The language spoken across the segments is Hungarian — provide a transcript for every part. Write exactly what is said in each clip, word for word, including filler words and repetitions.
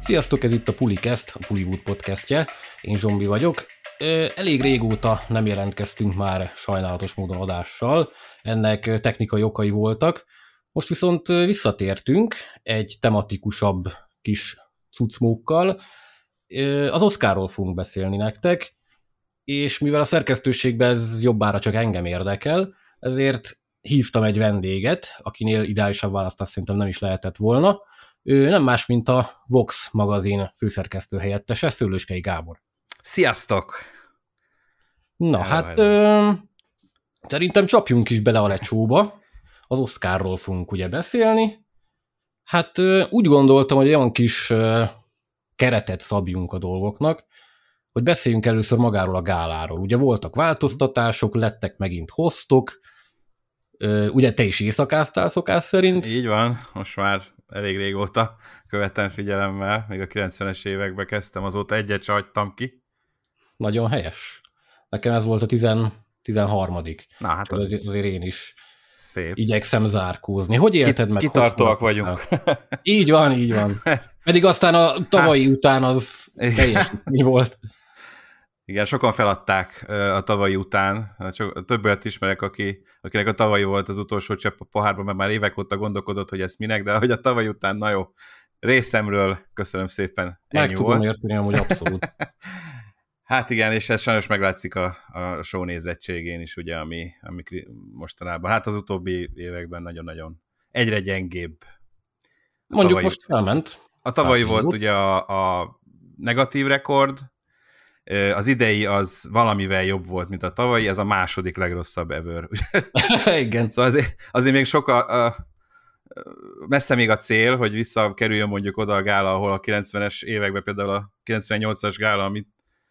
Sziasztok, ez itt a Pulicast, a Puliwood podcastje. Én Zsombi vagyok. Elég régóta nem jelentkeztünk már sajnálatos módon adással. Ennek technikai okai voltak. Most viszont visszatértünk egy tematikusabb kis cucmókkal. Az Oscarról fogunk beszélni nektek, és mivel a szerkesztőségben ez jobbára csak engem érdekel, ezért hívtam egy vendéget, akinél ideálisabb választás szerintem nem is lehetett volna. Ő nem más, mint a Vox magazin főszerkesztő helyettese, Szőlőskei Gábor. Sziasztok! Na, Hello, hát ö, szerintem csapjunk is bele a lecsóba. Az Oscarról fogunk ugye beszélni. Hát ö, úgy gondoltam, hogy olyan kis ö, keretet szabjunk a dolgoknak, hogy beszéljünk először magáról a gáláról. Ugye voltak változtatások, lettek megint hostok, ö, ugye te is éjszakáztál szokás szerint. Így van, most már elég régóta követem figyelemmel, még a kilencvenes években kezdtem, azóta egyet se hagytam ki. Nagyon helyes. Nekem ez volt a tizenharmadik Na, hát az azért, azért én is szép. Igyekszem zárkózni. Hogy élted Kit, meg? Kitartóak vagyunk. Így van, így van. Pedig aztán a tavalyi hát, után az teljes mi volt. Igen, sokan feladták a tavalyi után. Többet ismerek, aki, akinek a tavalyi volt az utolsó csepp a pohárban, mert már évek óta gondolkodott, hogy ez minek, de hogy a tavalyi után, na jó, részemről köszönöm szépen. Meg tudom érteni, amúgy abszolút. Hát igen, és ez sajnos meglátszik a, a show nézettségén is, ugye, ami, ami mostanában, hát az utóbbi években nagyon-nagyon egyre gyengébb. A Mondjuk tavalyi, most felment. A tavalyi volt út. ugye a, a negatív rekord, az idei az valamivel jobb volt, mint a tavalyi, ez a második legrosszabb ever. Igen. Szóval azért, azért még sok a, a, messze még a cél, hogy visszakerüljön mondjuk oda a gála, ahol a kilencvenes években például a kilencvennyolcas gála, amit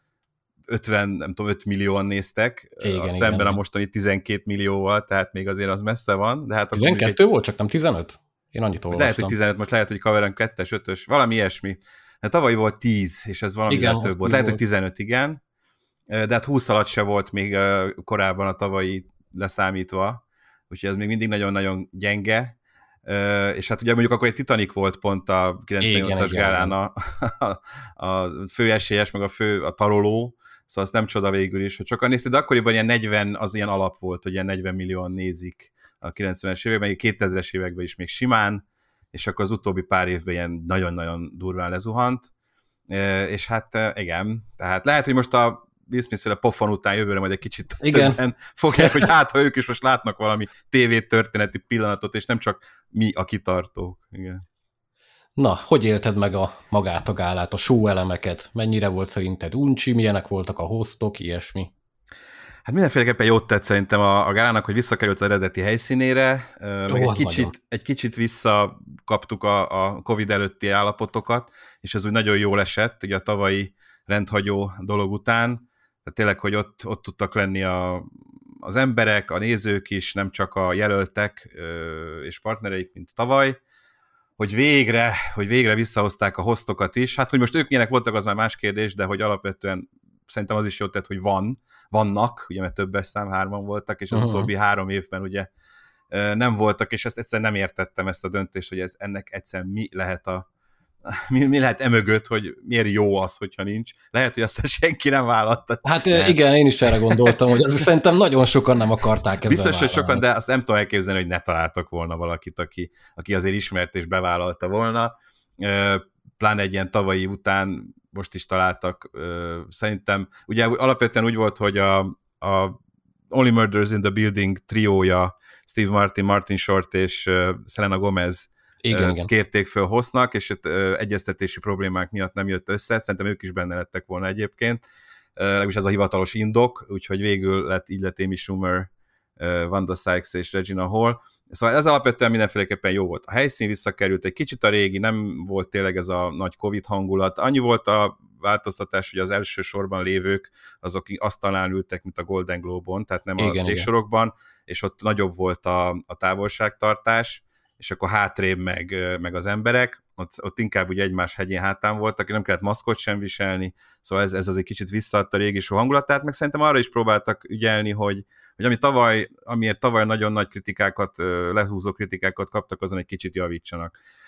ötven, nem tudom, öt millióan néztek, igen, a igen, szemben igen. a mostani tizenkét millióval, tehát még azért az messze van. De hát tizenkettő egy... volt, csak nem tizenöt? Én annyit olvastam. Lehet, hogy tizenöt, most lehet, hogy kaverem kettes, ötös, valami ilyesmi. De tavaly volt tíz, és ez valamivel több volt. Lehet, volt. hogy tizenöt, igen. De hát húsz alatt se volt még korábban a tavalyi leszámítva, úgyhogy ez még mindig nagyon-nagyon gyenge. És hát ugye mondjuk akkor egy Titanic volt pont a kilencvennyolcas gálán a, a, a fő esélyes, meg a fő a taroló, szóval az nem csoda végül is, hogy sokan nézték, de akkoriban ilyen negyven, az ilyen alap volt, hogy ilyen negyven millióan nézik a kilencvenes években, kétezres években is még simán, és akkor az utóbbi pár évben ilyen nagyon-nagyon durván lezuhant, és hát igen, tehát lehet, hogy most a Will Smith-féle pofon után jövőre majd egy kicsit igen. többen fogják, hogy hát, ha ők is most látnak valami tévétörténeti pillanatot, és nem csak mi a kitartók. Igen. Na, hogy élted meg a magát a gálát, a show elemeket? Mennyire volt szerinted uncsi, milyenek voltak a hostok, ilyesmi? Hát mindenféleképpen jót tett szerintem a, a gálának, hogy visszakerült az eredeti helyszínére, Jó, meg egy, kicsit, egy kicsit visszakaptuk a, a Covid előtti állapotokat, és ez úgy nagyon jól esett, ugye a tavalyi rendhagyó dolog után, tehát tényleg, hogy ott, ott tudtak lenni a, az emberek, a nézők is, nem csak a jelöltek ö, és partnereik, mint tavaly, hogy végre, hogy végre visszahozták a hostokat is. Hát, hogy most ők milyenek voltak, az már más kérdés, de hogy alapvetően szerintem az is jót tett, hogy van, vannak, ugye, mert többes szám, hárman voltak, és az uh-huh. utóbbi három évben ugye nem voltak, és ezt egyszerűen nem értettem ezt a döntést, hogy ez ennek egyszerűen mi lehet a Mi, mi lehet emögött, hogy miért jó az, hogyha nincs. Lehet, hogy azt senki nem vállalta. Hát nem. Igen, én is erre gondoltam, hogy az szerintem nagyon sokan nem akarták ezzel Biztos, vállalni. hogy sokan, de azt nem tudom elképzelni, hogy ne találtak volna valakit, aki, aki azért ismert és bevállalta volna. Pláne egy ilyen tavalyi után most is találtak. Szerintem, ugye alapvetően úgy volt, hogy a, a Only Murders in the Building triója, Steve Martin, Martin Short és Selena Gomez Igen, igen. kérték föl hoznak, és itt egyeztetési problémák miatt nem jött össze, szerintem ők is benne lettek volna egyébként, legalábbis ez a hivatalos indok, úgyhogy végül lett, így lett Amy Schumer, Wanda Sykes és Regina Hall. Szóval ez alapvetően mindenféleképpen jó volt. A helyszín visszakerült, egy kicsit a régi, nem volt tényleg ez a nagy Covid hangulat. Annyi volt a változtatás, hogy az első sorban lévők, azok asztalán ültek, mint a Golden Globe-on, tehát nem igen, a széksorokban, igen. És ott nagyobb volt a, a távolságtartás, és akkor hátrébb meg, meg az emberek, ott, ott inkább ugye egymás hegyén hátán voltak, nem kellett maszkot sem viselni, szóval ez, ez az egy kicsit visszaadta a régi show hangulatát, meg szerintem arra is próbáltak ügyelni, hogy, hogy ami tavaly, amiért tavaly nagyon nagy kritikákat, lehúzó kritikákat kaptak, azon egy kicsit javítsanak.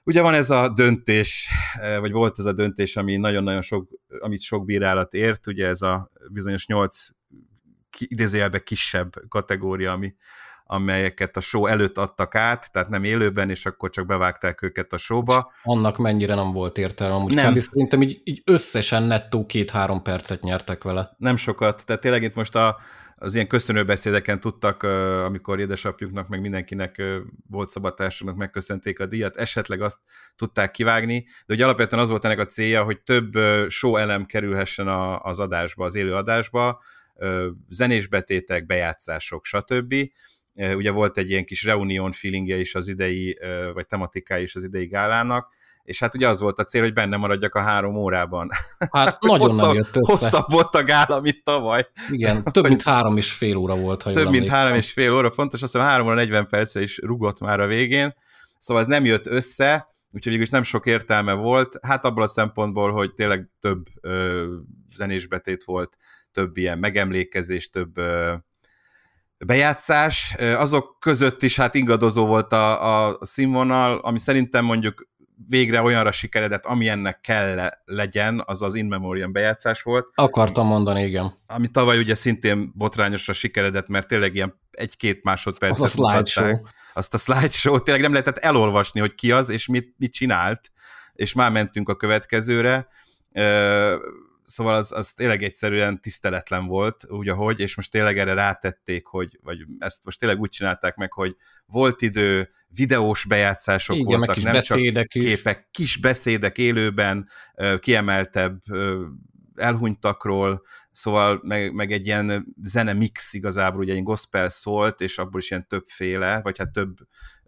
Ugye van ez a döntés, vagy volt ez a döntés, ami nagyon-nagyon sok, amit sok bírálat ért, ugye ez a bizonyos nyolc idézőjelben kisebb kategória, ami, amelyeket a show előtt adtak át, tehát nem élőben, és akkor csak bevágták őket a showba. Annak mennyire nem volt értelme, amúgy nem. Kb. Szerintem így, így összesen nettó két-három percet nyertek vele. Nem sokat, tehát tényleg itt most a, az ilyen köszönőbeszédeken tudtak, amikor édesapjuknak, meg mindenkinek volt szabadtársunknak megköszönték a díjat, esetleg azt tudták kivágni, de ugye alapvetően az volt ennek a célja, hogy több show elem kerülhessen az adásba, az élő adásba, zenés betétek, bejátszások, stb. Ugye volt egy ilyen kis reunion feelingje is az idei, vagy tematikája is az idei gálának, és hát ugye az volt a cél, hogy benne maradjak a három órában. Hát nagyon hosszabb, nem jött össze. Hosszabb volt a gála, mint tavaly. Igen, több mint három és fél óra volt, ha jól Több mint három és fél óra, pontos, azt hiszem három óra negyven perce is rugott már a végén, szóval ez nem jött össze, úgyhogy végülis nem sok értelme volt, hát abból a szempontból, hogy tényleg több ö, zenésbetét volt, több ilyen megemlékezés, több ö, bejátszás, azok között is hát ingadozó volt a, a színvonal, ami szerintem mondjuk végre olyanra sikeredett, ami ennek kell legyen, az az In Memoriam bejátszás volt. Akartam mondani, igen. Ami tavaly ugye szintén botrányosra sikeredett, mert tényleg ilyen egy-két másodpercet az a slideshow. Azt a slideshow, tényleg nem lehetett elolvasni, hogy ki az, és mit, mit csinált, és már mentünk a következőre. Szóval az, az tényleg egyszerűen tiszteletlen volt, úgy ahogy, és most tényleg erre rátették, hogy, vagy ezt most tényleg úgy csinálták meg, hogy volt idő, videós bejátszások igen, voltak, kis nem csak is. Képek, kis beszédek élőben, kiemeltebb elhunytakról, szóval meg, meg egy ilyen zene mix igazából, ugye egy gospel szólt, és abból is ilyen többféle, vagy hát több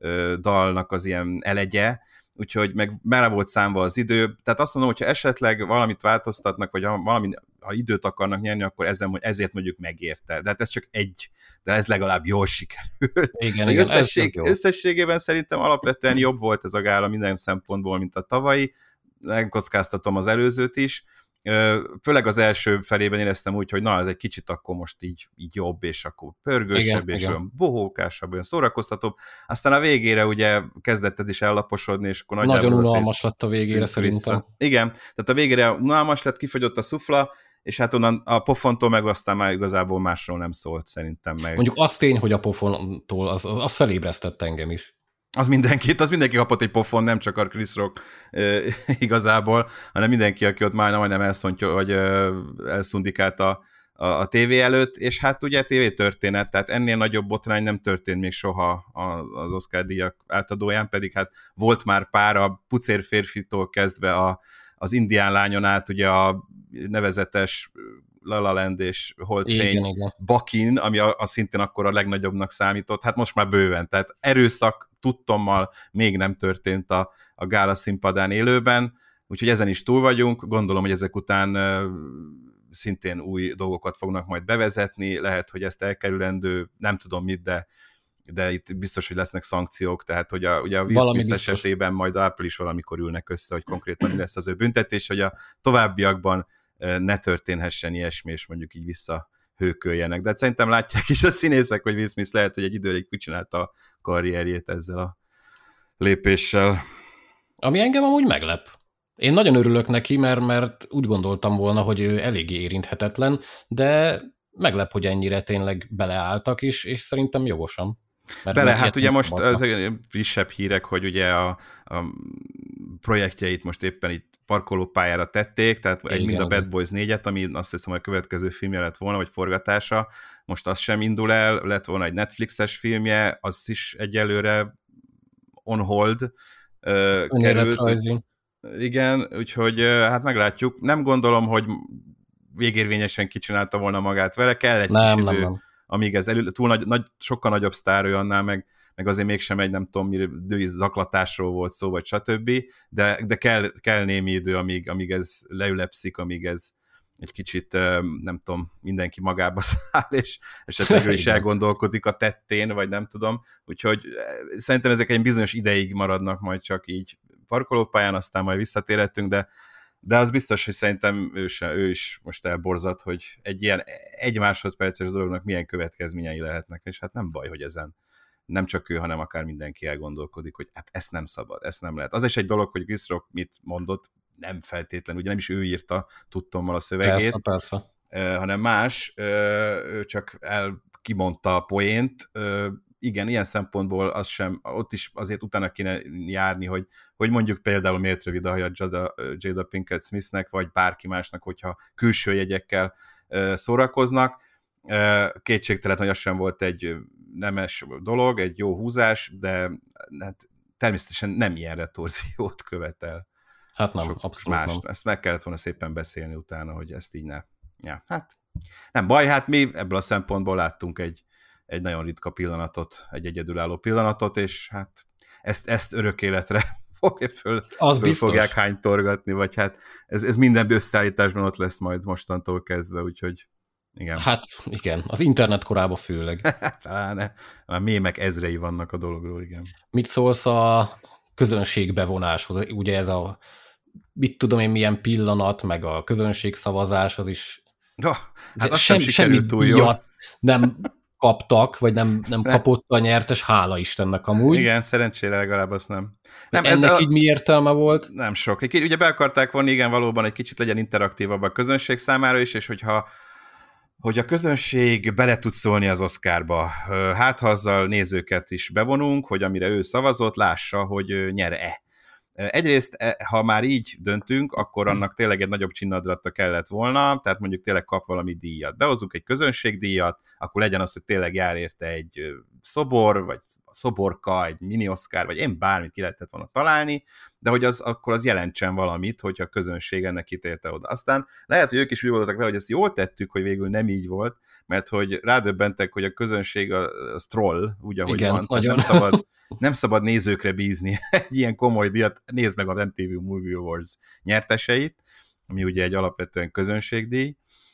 dalnak az ilyen elegye, úgyhogy meg már volt számba az idő, tehát azt mondom, hogyha esetleg valamit változtatnak, vagy valami, ha időt akarnak nyerni, akkor ezen, ezért mondjuk megérte. De hát ez csak egy, de ez legalább jól sikerült. Igen, szóval igen, összesség, ez, ez összességében szerintem alapvetően jobb volt ez a gála minden szempontból, mint a tavalyi, megkockáztatom az előzőt is, főleg az első felében éreztem úgy, hogy na, ez egy kicsit akkor most így, így jobb, és akkor pörgősebb, igen, és igen. olyan bohókásabb, olyan szórakoztatóbb. Aztán a végére ugye kezdett ez is ellaposodni, és akkor nagyon unalmas lett a végére szerintem. Vissza. Igen, tehát a végére unalmas lett, kifogyott a szufla, és hát onnan a pofontól meg aztán már igazából másról nem szólt szerintem meg. Mondjuk az tény, hogy a pofontól, az, az, az felébresztett engem is. Az mindenkit, az mindenki kapott egy pofon, nem csak a Chris Rock e, igazából, hanem mindenki, aki ott már majdnem elszontja, vagy e, elszundikált a, a, a tévé előtt, és hát ugye tévétörténet, tehát ennél nagyobb botrány nem történt még soha az Oscar-díjak átadóján, pedig hát volt már pár a pucér férfitól kezdve a, az indián lányon át, ugye a nevezetes La La Land és Holdfény Bakin, ami a, a szintén akkor a legnagyobbnak számított, hát most már bőven, tehát erőszak tudtommal még nem történt a, a gála színpadán élőben, úgyhogy ezen is túl vagyunk, gondolom, hogy ezek után uh, szintén új dolgokat fognak majd bevezetni, lehet, hogy ezt elkerülendő, nem tudom mit, de, de itt biztos, hogy lesznek szankciók, tehát hogy a, ugye a Will Smith esetében majd április valamikor ülnek össze, hogy konkrétan mi lesz az ő büntetés, hogy a továbbiakban ne történhessen ilyesmi, és mondjuk így visszahőköljenek. De hát szerintem látják is a színészek, hogy Will Smith lehet, hogy egy időre kicsinálta a karrierjét ezzel a lépéssel. Ami engem amúgy meglep. Én nagyon örülök neki, mert, mert úgy gondoltam volna, hogy ő eléggé érinthetetlen, de meglep, hogy ennyire tényleg beleálltak is, és szerintem jogosan. Bele, hát ugye most az frissebb hírek, hogy ugye a, a projektjeit most éppen itt parkolópályára tették, tehát egy, mind a Bad Boys négyet, ami azt hiszem, hogy a következő filmje lett volna, vagy forgatása, most az sem indul el, lett volna egy Netflixes filmje, az is egyelőre on hold uh, került. Igen, úgyhogy hát meglátjuk. Nem gondolom, hogy végérvényesen kicsinálta volna magát vele, kell egy nem, kis nem, idő, nem. amíg ez elő, túl nagy, nagy, sokkal nagyobb sztár ő annál, meg, meg azért mégsem egy, nem tudom, női zaklatásról volt szó, vagy stb., de, de kell, kell némi idő, amíg, amíg ez leülepszik, amíg ez egy kicsit, nem tudom, mindenki magába száll, és esetleg ő is elgondolkozik a tettén, vagy nem tudom. Úgyhogy szerintem ezek egy bizonyos ideig maradnak majd csak így parkolópályán, aztán majd visszatérhetünk, de de az biztos, hogy szerintem ő, se, ő is most elborzat, hogy egy ilyen egy másodperces dolognak milyen következményei lehetnek, és hát nem baj, hogy ezen nem csak ő, hanem akár mindenki elgondolkodik, hogy hát ezt nem szabad, ezt nem lehet. Az is egy dolog, hogy Chris Rock mit mondott, nem feltétlenül, ugye nem is ő írta tudtommal a szövegét, persze, persze. hanem más, ő csak el kimondta a poént. Igen, ilyen szempontból az sem, ott is azért utána kéne járni, hogy, hogy mondjuk például miért rövid a haja Jada, Jada Pinkett Smithnek, vagy bárki másnak, hogyha külső jegyekkel szórakoznak. Kétségtelen, hogy az sem volt egy nemes dolog, egy jó húzás, de hát természetesen nem ilyen retorziót követel. Hát nem, Sok abszolút más. nem. Ezt meg kellett volna szépen beszélni utána, hogy ezt így ne. Ja, hát nem baj, hát mi ebből a szempontból láttunk egy, egy nagyon ritka pillanatot, egy egyedülálló pillanatot, és hát ezt, ezt örök életre föl, föl fogják hánytorgatni, vagy hát ez, ez minden összeállításban ott lesz majd mostantól kezdve, úgyhogy igen. Hát igen, az internet korában főleg. Talán már mémek ezrei vannak a dologról, igen. Mit szólsz a közönség bevonáshoz? Ugye ez a, mit tudom én, milyen pillanat, meg a közönség szavazás, az is... Oh, hát az sem, sem sikerült túl jól. Nem kaptak, vagy nem, nem kapott a nyertes, hála Istennek amúgy. Igen, szerencsére legalább azt nem. nem ennek ez így a... mi értelme volt? Nem sok. Ugye be akarták vonni, igen, valóban egy kicsit legyen interaktívabb a közönség számára is, és hogyha hogy a közönség bele tud szólni az Oscarba. Hát, ha azzal nézőket is bevonunk, hogy amire ő szavazott, lássa, hogy nyer-e. Egyrészt, ha már így döntünk, akkor annak tényleg egy nagyobb csinnadratta kellett volna, tehát mondjuk tényleg kap valami díjat. Behozunk egy közönségdíjat, akkor legyen az, hogy tényleg jár érte egy szobor, vagy szoborka, egy mini Oscar, vagy én bármit ki lehetett volna találni, de hogy az, akkor az jelentsen valamit, hogyha a közönség ennek kitélte oda. Aztán lehet, hogy ők is úgy voltak vele, hogy ezt jól tettük, hogy végül nem így volt, mert hogy rádöbbentek, hogy a közönség az troll, úgy, ahogy igen, van. Nem szabad, nem szabad nézőkre bízni egy ilyen komoly díjat. Nézd meg a em té vé Movie Awards nyerteseit, ami ugye egy alapvetően közönségdíj.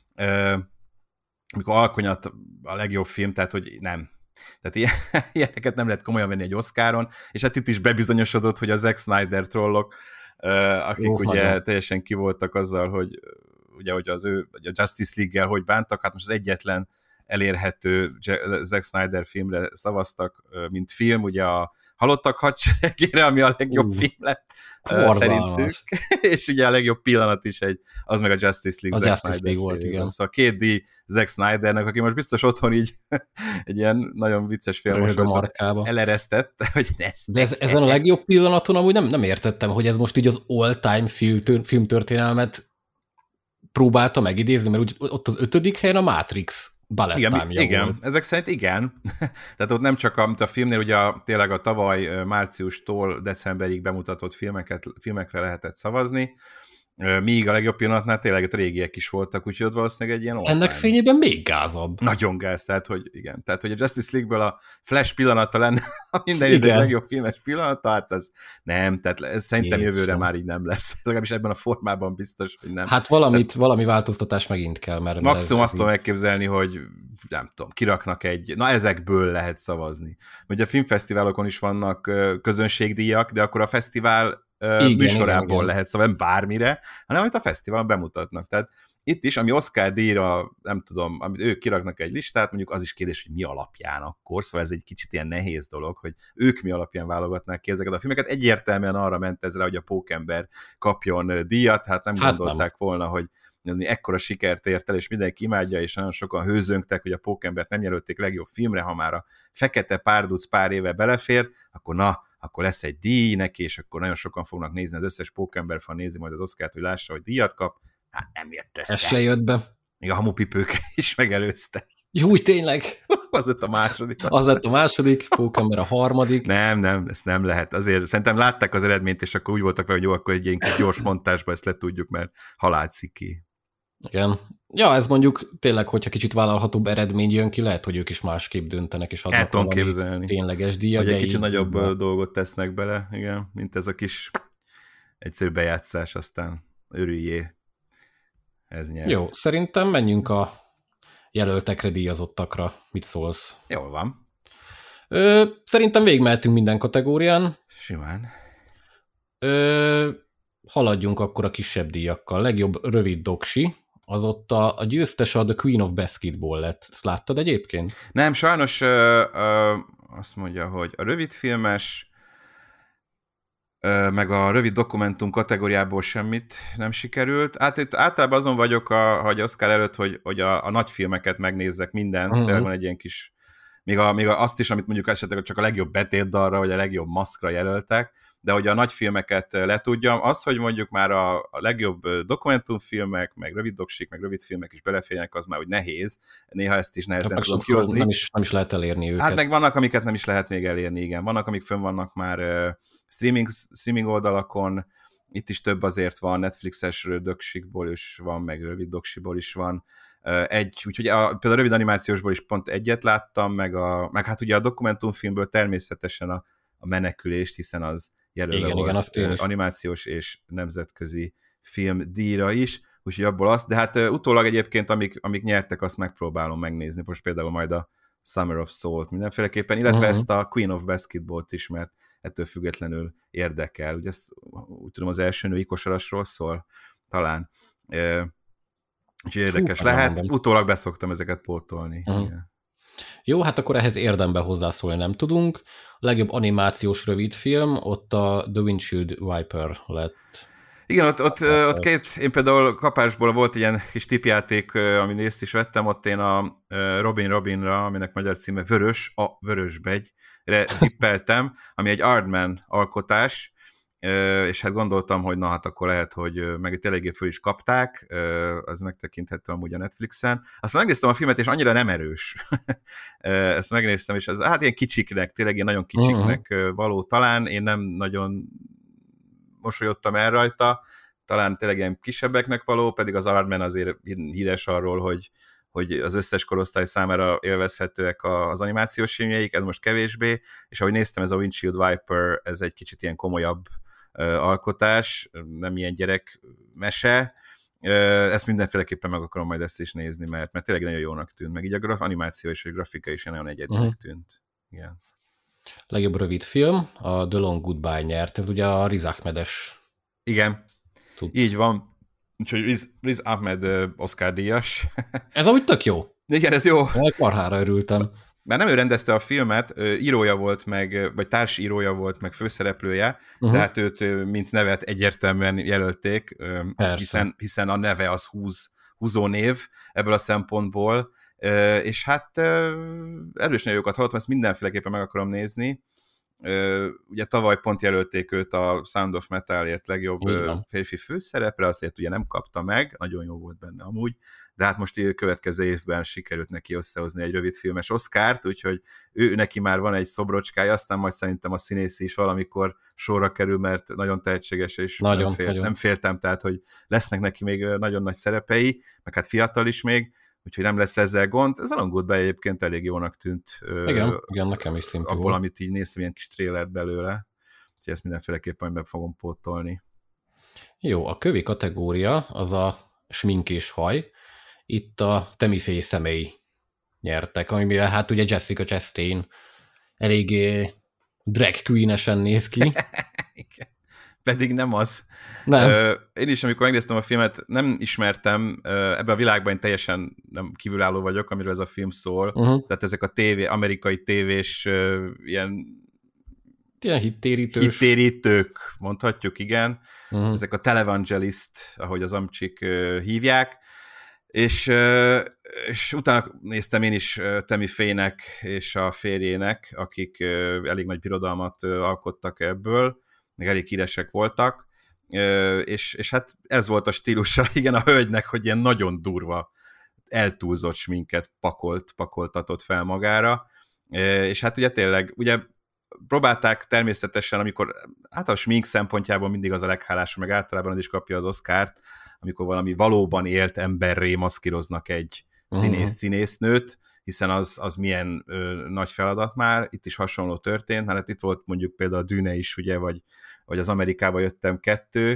Amikor Alkonyat a legjobb film, tehát hogy nem. Tehát ilyeneket nem lehet komolyan venni egy Oscaron, és hát itt is bebizonyosodott, hogy a Zack Snyder trollok, akik Jó, ugye nagyon. teljesen kivoltak azzal, hogy ugye, hogy az ő, a Justice League-gel hogy bántak, hát most az egyetlen elérhető Zack Snyder filmre szavaztak, mint film, ugye a Halottak hadseregére, ami a legjobb uh, film lett Forgalmas. szerintük, és ugye a legjobb pillanat is egy, az meg a Justice League a Zack Justice Snyder volt, igen. Szóval két díj Zack Snydernek, aki most biztos otthon így egy ilyen nagyon vicces filmosolatot eleresztett, hogy ez, de ez, ezen a legjobb pillanaton amúgy nem, nem értettem, hogy ez most így az all-time filmtörténelmet próbálta megidézni, mert úgy, ott az ötödik helyen a Matrix igen, igen, ezek szerint igen. Tehát ott nem csak a, a filmnél, ugye a, tényleg a tavaly márciustól decemberig bemutatott filmeket, filmekre lehetett szavazni, míg a legjobb pillanatnál tényleg a régiek is voltak, úgyhogy ott valószínűleg egy ilyen all-time. Ennek fényében még gázabb. Nagyon gáz, tehát hogy igen. Tehát, hogy a Justice League-ből a Flash pillanata lenne a minden idő legjobb filmes pillanata, hát az nem, tehát ez szerintem Én jövőre sem. már így nem lesz. Legalábbis ebben a formában biztos, hogy nem. Hát valamit, tehát, valami változtatás megint kell. Mert maximum azt tudom elképzelni, hogy nem tudom, kiraknak egy, na ezekből lehet szavazni. Ugye a filmfesztiválokon is vannak közönségdíjak, de akkor a fesztivál igen, műsorából igen, lehet szavazni, bármire, hanem amit a fesztiválon bemutatnak. Tehát itt is, ami Oscar díjra, nem tudom, amit ők kiraknak egy listát, mondjuk az is kérdés, hogy mi alapján akkor, szóval ez egy kicsit ilyen nehéz dolog, hogy ők mi alapján válogatnák ki ezeket a filmeket. Egyértelműen arra ment ez rá, hogy a Pókember kapjon díjat, hát nem hát gondolták nem. volna, hogy ekkora sikert ért el, és mindenki imádja, és nagyon sokan hőzöngtek, hogy a Pókembert nem jelölték legjobb filmre, ha már a Fekete párduc pár éve belefért, akkor na, akkor lesz egy díj neki, és akkor nagyon sokan fognak nézni, az összes Pókember fan nézi majd az Oscart, hogy lássa, hogy díjat kap. Hát nem jött össze. Ez se jött be. Még a Hamupipőke is megelőzte. Jó, tényleg. Az lett a második. Az, az lett a második, Pókember a harmadik. Nem, nem, ezt nem lehet. Azért szerintem látták az eredményt, és akkor úgy voltak vele, hogy jó, akkor egy ilyen gyors montásba ezt letudjuk, mert halálciki. Igen. Ja, ez mondjuk tényleg, hogyha kicsit vállalhatóbb eredmény jön ki, lehet, hogy ők is másképp döntenek, és adnak valami tényleges díjat. Hogy egy kicsit nagyobb be. dolgot tesznek bele, igen, mint ez a kis egyszerű bejátszás, aztán örüljé. Ez nyert. Jó, szerintem menjünk a jelöltekre, díjazottakra. Mit szólsz? Jól van. Ö, szerintem végigmehetünk minden kategórián. Simán. Ö, haladjunk akkor a kisebb díjakkal. Legjobb rövid doksi, az ott a, a győztes a The Queen of Basketball lett. Ezt láttad egyébként? Nem, sajnos ö, ö, azt mondja, hogy a rövidfilmes, meg a rövid dokumentum kategóriából semmit nem sikerült. Hát itt általában azon vagyok, a, hogy Oscar előtt, hogy, hogy a, a nagy filmeket megnézzek mindent, uh-huh. tényleg van egy ilyen kis, még, a, még azt is, amit mondjuk esetleg csak a legjobb betétdalra, vagy a legjobb maszkra jelöltek, de hogy a nagy filmeket letudjam, az, hogy mondjuk már a, a legjobb dokumentumfilmek, meg röviddoksik, meg rövidfilmek is beleférnek, az már úgy nehéz. Néha ezt is nehezen tudom kihozni. Nem is, nem is lehet elérni őket. Hát meg vannak, amiket nem is lehet még elérni, igen. Vannak, amik fönn vannak már uh, streaming, streaming oldalakon, itt is több azért van, Netflixes rövidoksikból is van, meg röviddoksiból is van. Uh, egy, úgyhogy a, például a rövid animációsból is pont egyet láttam, meg, a, meg hát ugye a dokumentumfilmből természetesen a, a menekülést, hiszen az jelölve igen, volt igen, animációs és nemzetközi film díjra is, úgyhogy abból azt, de hát uh, utólag egyébként, amik, amik nyertek, azt megpróbálom megnézni, most például majd a Summer of Soul-t mindenféleképpen, illetve uh-huh. ezt a Queen of Basketball-t is, mert ettől függetlenül érdekel. Ugye ezt úgy tudom, az első női kosarasról szól, talán. Uh, úgyhogy érdekes Fú, lehet. Mondom. Utólag beszoktam ezeket pótolni. Uh-huh. Igen. Jó, hát akkor ehhez érdemben hozzászólni nem tudunk. A legjobb animációs rövidfilm, ott a The Windshield Wiper lett. Igen, ott, ott, ott két, én például kapásból volt egy ilyen kis tipjáték, amin részt is vettem, ott én a Robin Robinra, aminek magyar címe Vörös, a Vörösbegyre tippeltem, ami egy Aardman alkotás, és hát gondoltam, hogy na hát akkor lehet, hogy meg itt eléggé föl is kapták, az megtekinthető amúgy a Netflixen. Aztán megnéztem a filmet, és annyira nem erős. Ezt megnéztem, és az, hát ilyen kicsiknek, tényleg ilyen nagyon kicsiknek uh-huh. való talán, én nem nagyon mosolyodtam el rajta, talán tényleg ilyen kisebbeknek való, pedig az Aardman azért híres arról, hogy, hogy az összes korosztály számára élvezhetőek az animációs filmjeik, ez most kevésbé, és ahogy néztem, ez a Windshield Wiper, ez egy kicsit ilyen komolyabb alkotás, nem ilyen gyerek mese. Ezt mindenféleképpen meg akarom majd ezt is nézni, mert, mert tényleg nagyon jónak tűnt, meg így a graf, animáció és a grafika is nagyon egyedinek uh-huh. tűnt. Igen. Legjobb rövid film, a The Long Goodbye nyert, ez ugye a Riz Ahmedes. Igen, tudsz. Így van. Úgyhogy Riz, Riz Ahmed Oscar díjas. Ez amúgy tök jó. Igen, ez jó. Marhára örültem. Mert nem ő rendezte a filmet, írója volt meg, vagy társírója volt meg főszereplője, uh-huh. de hát őt mint nevet egyértelműen jelölték, hiszen, hiszen a neve az húz, húzó név ebből a szempontból, és hát erős nagyokat hallottam, ezt mindenféleképpen meg akarom nézni. Ugye tavaly pont jelölték őt a Sound of Metalért legjobb férfi főszerepre, azért ugye nem kapta meg, nagyon jó volt benne amúgy, de hát most következő évben sikerült neki összehozni egy rövidfilmes Oscart, úgyhogy ő neki már van egy szobrocskája, aztán majd szerintem a színészi is valamikor sorra kerül, mert nagyon tehetséges, és nagyon, nem, fél, nagyon. nem féltem, tehát hogy lesznek neki még nagyon nagy szerepei, meg hát fiatal is még, úgyhogy nem lesz ezzel gond. Ez a Long Goodbye egyébként elég jónak tűnt. Igen, uh, igen, nekem is szimpatikus. Abból, amit így néztem, ilyen kis trélert belőle. Úgyhogy ezt mindenféleképpen meg fogom pótolni. Jó, a kövi kategória az a smink és haj. Itt a Tammy Faye személy nyertek, amivel hát ugye Jessica Chastain eléggé drag queen-esen néz ki. Igen. Pedig nem az. Nem. Uh, én is, amikor megnéztem a filmet, nem ismertem, uh, ebben a világban én teljesen nem kívülálló vagyok, amiről ez a film szól. Uh-huh. Tehát ezek a tévé, amerikai tévés uh, ilyen ilyen hittérítős. hittérítők, mondhatjuk, igen. Uh-huh. Ezek a televangelist, ahogy az amcsik uh, hívják. És, uh, és utána néztem én is uh, Tammy Faye-nek és a férjének, akik uh, elég nagy birodalmat uh, alkottak ebből, meg elég híresek voltak, és, és hát ez volt a stílusa, igen, a hölgynek, hogy ilyen nagyon durva, eltúlzott sminket pakolt, pakoltatott fel magára, és hát ugye tényleg, ugye próbálták természetesen, amikor, hát a smink szempontjából mindig az a leghálásabb, meg általában az is kapja az Oscart, amikor valami valóban élt emberré maszkíroznak egy színész-színésznőt, hiszen az, az milyen ö, nagy feladat már, itt is hasonló történt, mert hát itt volt mondjuk például a Dűne is, ugye, vagy, vagy az Amerikába jöttem kettő,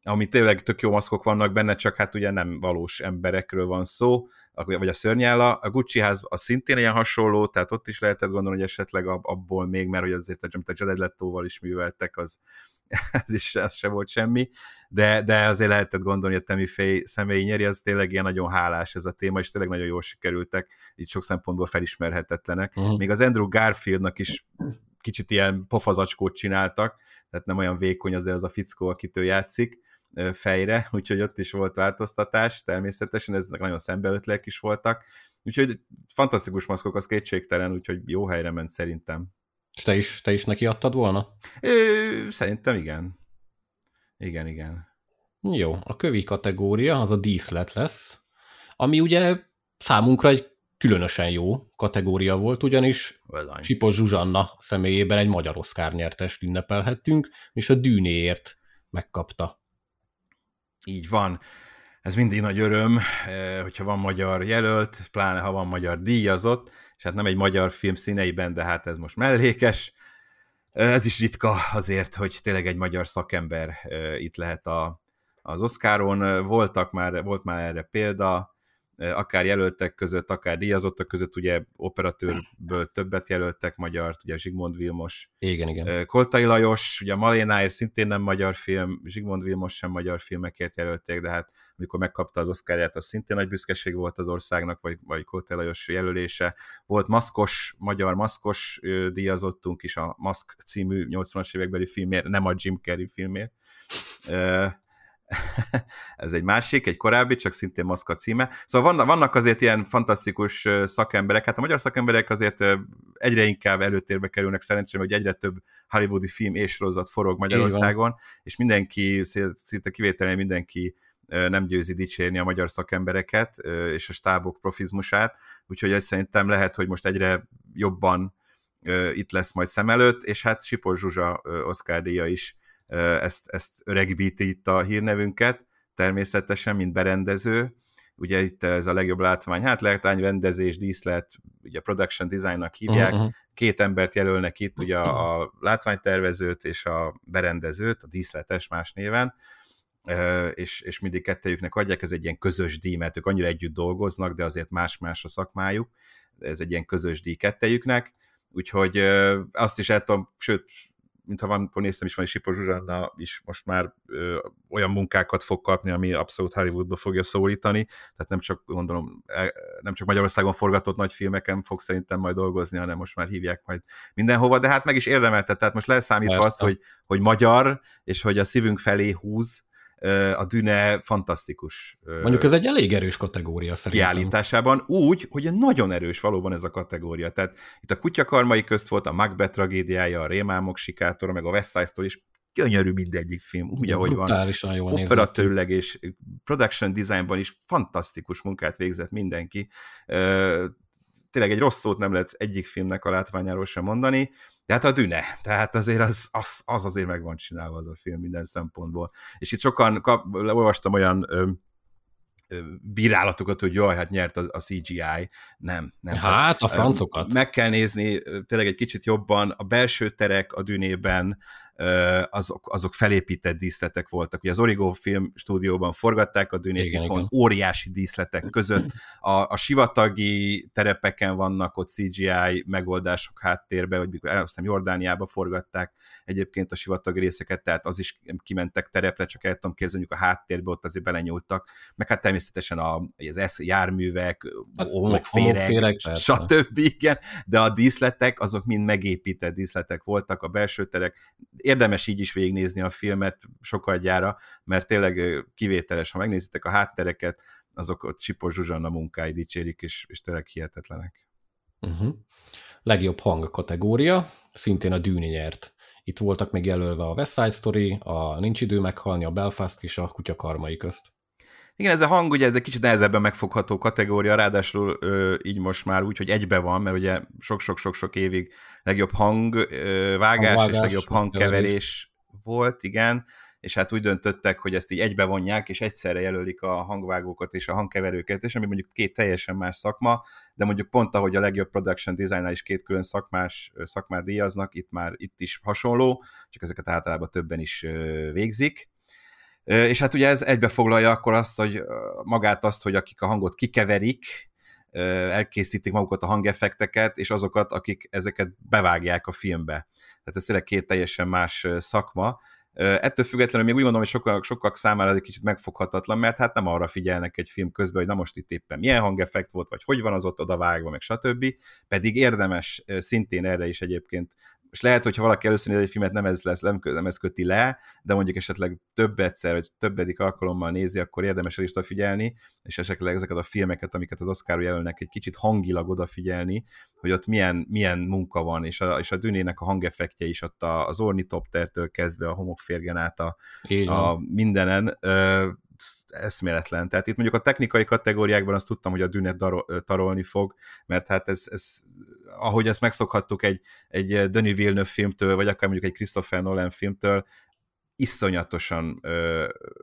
ami tényleg tök jó maszkok vannak benne, csak hát ugye nem valós emberekről van szó, vagy a szörnyálla. A Gucci ház az szintén ilyen hasonló, tehát ott is lehetett gondolni, hogy esetleg abból még, mert hogy azért a Jared Letóval is műveltek, az, ez is az sem volt semmi, de, de azért lehetett gondolni, hogy a Tammy Faye személyi nyeri, az tényleg ilyen nagyon hálás ez a téma, és tényleg nagyon jól sikerültek, így sok szempontból felismerhetetlenek. Uh-huh. Még az Andrew Garfieldnak is kicsit ilyen pofazacskót csináltak, tehát nem olyan vékony azért az a fickó, akitől játszik fejre, úgyhogy ott is volt változtatás, természetesen ezek nagyon szembeötlek is voltak, úgyhogy fantasztikus maszkok, az kétségtelen, úgyhogy jó helyre ment szerintem. És te is, te is neki adtad volna? Ö, szerintem igen. Igen, igen. Jó, a kövi kategória az a díszlet lesz, ami ugye számunkra egy különösen jó kategória volt, ugyanis Well, Sipos Zsuzsanna személyében egy magyar Oscar nyertest ünnepelhettünk, és a Dűnéért megkapta. Így van. Ez mindig nagy öröm, hogyha van magyar jelölt, pláne ha van magyar díjazott, és hát nem egy magyar film színeiben, de hát ez most mellékes. Ez is ritka azért, hogy tényleg egy magyar szakember itt lehet a, az Oscaron. Voltak már, volt már erre példa, akár jelöltek között, akár díjazottak között, ugye operatőrből többet jelöltek magyart, ugye Zsigmond Vilmos, igen, igen. Koltai Lajos, ugye a Malénáért szintén nem magyar film, Zsigmond Vilmos sem magyar filmekért jelölték, de hát amikor megkapta az Oscarját, az szintén nagy büszkeség volt az országnak, vagy, vagy Koltai Lajos jelölése. Volt maszkos, magyar maszkos díjazottunk is a Maszk című nyolcvanas évekbeli filmért, nem a Jim Carrey filmért. Ez egy másik, egy korábbi, csak szintén Maszk a címe. Szóval vannak, vannak azért ilyen fantasztikus szakemberek, hát a magyar szakemberek azért egyre inkább előtérbe kerülnek szerencsére, hogy egyre több hollywoodi film és sorozat forog Magyarországon, és mindenki, szinte kivételen mindenki nem győzi dicsérni a magyar szakembereket és a stábok profizmusát, úgyhogy ez szerintem lehet, hogy most egyre jobban itt lesz majd szem előtt, és hát Sipos Zsuzsa Oscar-díja is ezt, ezt öregbíti itt a hírnevünket, természetesen, mint berendező. Ugye itt ez a legjobb látvány, hát látvány, rendezés, díszlet, ugye production designnak hívják, uh-huh. Két embert jelölnek itt, ugye a, a látványtervezőt és a berendezőt, a díszletes más néven, és, és mindig kettejüknek adják, ez egy ilyen közös díj, mert ők annyira együtt dolgoznak, de azért más-más a szakmájuk, ez egy ilyen közös díj kettejüknek, úgyhogy azt is el tudom, sőt, mintha van, néztem is van, és Sipos Zsuzsanna is most már ö, olyan munkákat fog kapni, ami abszolút Hollywoodba fogja szólítani, tehát nem csak, gondolom, nem csak Magyarországon forgatott nagy filmeken fog szerintem majd dolgozni, hanem most már hívják majd mindenhova, de hát meg is érdemelte, tehát most leszámítva azt, hogy, hogy magyar, és hogy a szívünk felé húz, a Düne fantasztikus. Mondjuk ez egy elég erős kategória szerintem. Kiállításában úgy, hogy nagyon erős valóban ez a kategória. Tehát itt a Kutyakarmai közt volt a Macbeth tragédiája, a Rémálmok sikátora, meg a West Side Story, és gyönyörű mindegyik film, úgy, ahogy van. Operatőrleg és production designban is fantasztikus munkát végzett mindenki. Tényleg egy rossz szót nem lehet egyik filmnek a látványáról sem mondani, de hát a Düne, tehát azért az, az, az azért meg van csinálva az a film minden szempontból. És itt sokan kap, olvastam olyan ö, ö, bírálatokat, hogy jaj, hát nyert a, a cé gé i. Nem, nem. Hát a francokat. Meg kell nézni tényleg egy kicsit jobban, a belső terek a Dünében, azok, azok felépített díszletek voltak. Ugye az Origo Film stúdióban forgatták a Dünét, igen, itthon igen. Óriási díszletek között. A, a sivatagi terepeken vannak ott cé gé i megoldások háttérbe, vagy mikor elhoztam Jordániába forgatták egyébként a sivatagi részeket, tehát az is kimentek terepre, csak el tudom képzelni, a háttérbe ott azért belenyúltak. Meg hát természetesen a, az járművek, hát, homokféreg, stb. Igen, de a díszletek, azok mind megépített díszletek voltak, a belső terek. Érdemes így is végignézni a filmet sokadjára, mert tényleg kivételes, ha megnézitek a háttereket, azok ott Sipos Zsuzsanna munkái dicsérik, és, és tényleg hihetetlenek. Uh-huh. Legjobb hang kategória, szintén a Dűni nyert. Itt voltak még jelölve a West Side Story, a Nincs idő meghalni, a Belfast és a Kutyakarmai közt. Igen, ez a hang, ugye ez egy kicsit nehezebben megfogható kategória, ráadásul ö, így most már úgy, hogy egybe van, mert ugye sok-sok-sok-sok évig legjobb hangvágás Hangvágás, és legjobb hangkeverés volt, igen, és hát úgy döntöttek, hogy ezt így egybe vonják, és egyszerre jelölik a hangvágókat és a hangkeverőket, és ami mondjuk két teljesen más szakma, de mondjuk pont ahogy a legjobb production designer is két külön szakmás szakmát díjaznak, itt már itt is hasonló, csak ezeket általában többen is végzik. És hát ugye ez egybefoglalja akkor azt, hogy magát azt, hogy akik a hangot kikeverik, elkészítik magukat a hangeffekteket, és azokat, akik ezeket bevágják a filmbe. Tehát ez tényleg két teljesen más szakma. Ettől függetlenül még úgy gondolom, hogy sokak, sokak számára egy kicsit megfoghatatlan, mert hát nem arra figyelnek egy film közben, hogy na most itt éppen milyen hangeffekt volt, vagy hogy van az ott odavágva, meg stb. Pedig érdemes szintén erre is egyébként, és lehet, hogyha valaki először néz egy filmet, nem ez lesz, nem ez köti le, de mondjuk esetleg több egyszer, vagy többedik alkalommal nézi, akkor érdemes el is odafigyelni, és esetleg ezeket a filmeket, amiket az Oscar jelölnek, egy kicsit hangilag odafigyelni, hogy ott milyen, milyen munka van, és a, és a Dűnének a hangeffektje is ott az ornitoptertől kezdve a homokférgen át a, a mindenen, ö, eszméletlen. Tehát itt mondjuk a technikai kategóriákban azt tudtam, hogy a Dűne tarolni fog, mert hát ez, ez ahogy ezt megszokhattuk egy, egy Denis Villeneuve filmtől, vagy akár mondjuk egy Christopher Nolan filmtől, iszonyatosan ö,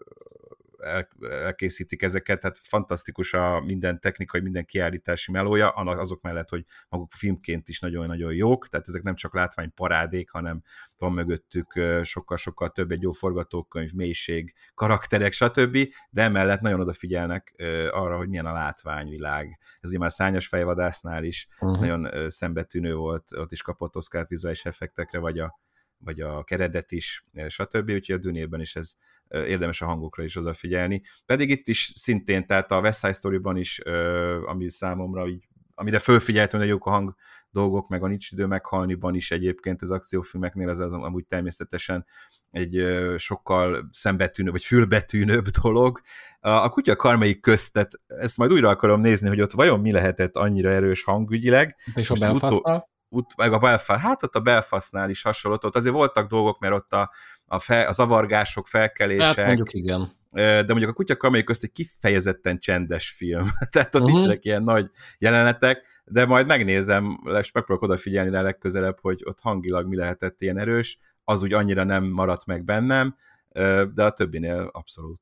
el, elkészítik ezeket, tehát fantasztikus a minden technikai, minden kiállítási melója, azok mellett, hogy maguk filmként is nagyon-nagyon jók, tehát ezek nem csak látványparádék, hanem van mögöttük sokkal-sokkal több, egy jó forgatókönyv, mélység, karakterek, stb., de emellett nagyon odafigyelnek arra, hogy milyen a látványvilág. Ez ugye már Szárnyas fejvadásznál is uh-huh. nagyon szembetűnő volt, ott is kapott Oscart vizuális effektekre, vagy a vagy a keredet is, stb. Úgyhogy a Dűnében is ez érdemes a hangokra is odafigyelni. Pedig itt is szintén, tehát a West Side Story-ban is, ami számomra így, amire fölfigyeltem, hogy jók a hang dolgok, meg a Nincs idő meghalniban is egyébként az akciófilmeknél, ez az amúgy természetesen egy sokkal szembetűnő, vagy fülbetűnőbb dolog. A Kutya karmai köztet, ezt majd újra akarom nézni, hogy ott vajon mi lehetett annyira erős hangügyileg. És a Belfastnál? Ut- meg a Belfast, hát ott a Belfastnál is hasonló, ott azért voltak dolgok, mert ott a, a, fel, a zavargások, felkelések, hát mondjuk igen. De mondjuk a Kutya karmai közt egy kifejezetten csendes film, tehát ott uh-huh. nincsenek ilyen nagy jelenetek, de majd megnézem, és megpróbálok odafigyelni rá legközelebb, hogy ott hangilag mi lehetett ilyen erős, az úgy annyira nem maradt meg bennem, de a többinél abszolút.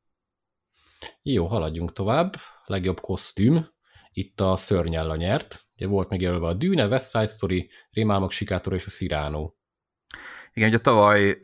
Jó, haladjunk tovább. Legjobb kosztüm. Itt a Szörnyella nyert. Ugye volt még jelölve a Dűne, West Side Story, Rémálmok sikátora és a Cyrano. Igen, ugye tavaly,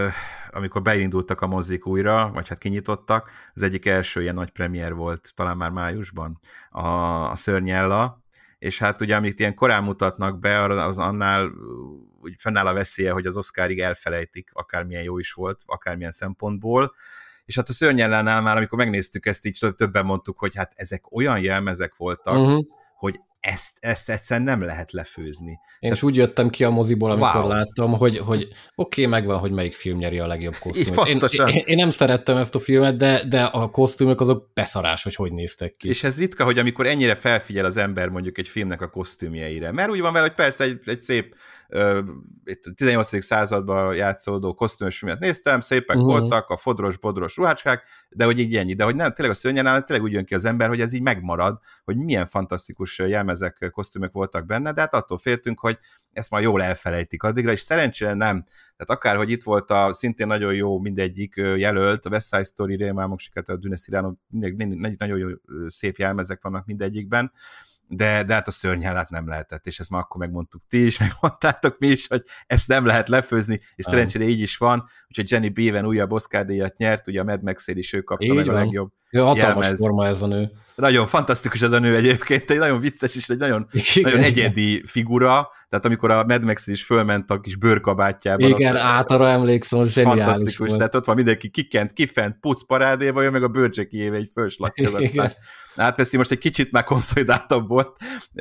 amikor beindultak a mozik újra, vagy hát kinyitottak, az egyik első ilyen nagy premier volt, talán már májusban, a, a Szörnyella, és hát ugye, amit ilyen korán mutatnak be, az annál úgy fennáll a veszélye, hogy az Oscarig elfelejtik, akármilyen jó is volt, akármilyen szempontból, és hát a Szörnyellánál már, amikor megnéztük ezt, így többen mondtuk, hogy hát ezek olyan jelmezek voltak, uh-huh. hogy ezt, ezt egyszerűen nem lehet lefőzni. Én Tehát, is úgy jöttem ki a moziból, amikor wow. láttam, hogy, hogy oké, okay, megvan, hogy melyik film nyeri a legjobb kosztümöt. Én, én, én nem szerettem ezt a filmet, de, de a kosztümök azok beszarás, hogy hogy néztek ki. És ez ritka, hogy amikor ennyire felfigyel az ember mondjuk egy filmnek a kosztümjeire. Mert úgy van vele, hogy persze egy, egy szép tizennyolcadik században játszódó kosztümös filmet néztem, szépek uh-huh. voltak, a fodros-bodros ruhácskák, de hogy így ennyi. De hogy nem, tényleg a Szörnyellánál tényleg úgy jön ki az ember, hogy ez így megmarad, hogy milyen fantasztikus jelmezek, kosztümök voltak benne, de hát attól féltünk, hogy ezt már jól elfelejtik addigra, és szerencsére nem. Tehát akárhogy itt volt a szintén nagyon jó mindegyik jelölt, a West Side Story, Rémálmok sikátora, a Dűne, Cyrano, nagyon jó szép jelmezek vannak mindegyikben, de, de hát a Szörnyellát nem lehetett, és ezt már akkor megmondtuk ti is, megmondtátok mi is, hogy ezt nem lehet lefőzni, és um. szerencsére így is van, úgyhogy Jenny Bevan újabb Oscar-díjat nyert, ugye a Mad Max-él is ő kapta így meg van. A legjobb hatalmas jelmez. Forma ez a nő. Nagyon fantasztikus ez a nő egyébként, egy nagyon vicces és egy nagyon, nagyon egyedi figura, tehát amikor a Mad Max is fölment a kis bőrkabátjában. Igen, át arra emlékszem, hogy fantasztikus, volt. Tehát ott van mindenki kikent, kifent, puc parádéba, jön meg a bőrcsekiéve egy fölslakkör, aztán átveszi, most egy kicsit már konszolidáltabb volt,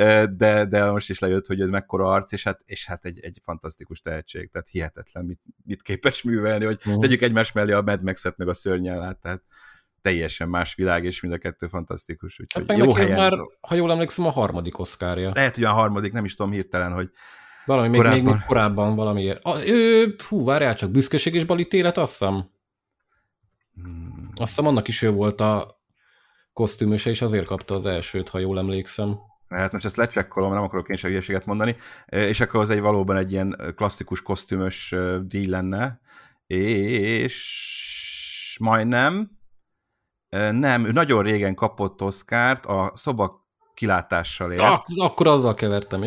de, de most is lejött, hogy ez mekkora arc, és hát, és hát egy, egy fantasztikus tehetség, tehát hihetetlen, mit, mit képes művelni, hogy uh-huh. tegyük egymás mellé a Mad Max-et meg a Szörnyellát, tehát teljesen más világ, és mind a kettő fantasztikus. Úgyhogy hát jó helyen. Már, ha jól emlékszem, a harmadik Oscarja. Lehet, hogy a harmadik, nem is tudom hirtelen, hogy valami még, korábban. még, még korábban valamiért. A, ő, hú, várjál csak, Büszkeség és balítélet, azt hiszem. Hmm. Azt hiszem, annak is ő volt a kosztümöse, és azért kapta az elsőt, ha jól emlékszem. Hát most ezt lecsekkolom, nem akarok én sem hülyeséget mondani, és akkor az egy valóban egy ilyen klasszikus kosztümös díj lenne, és majdnem, nem, ő nagyon régen kapott Oscart a Szoba kilátással ért. Ak- akkor azzal kevertem. Jó,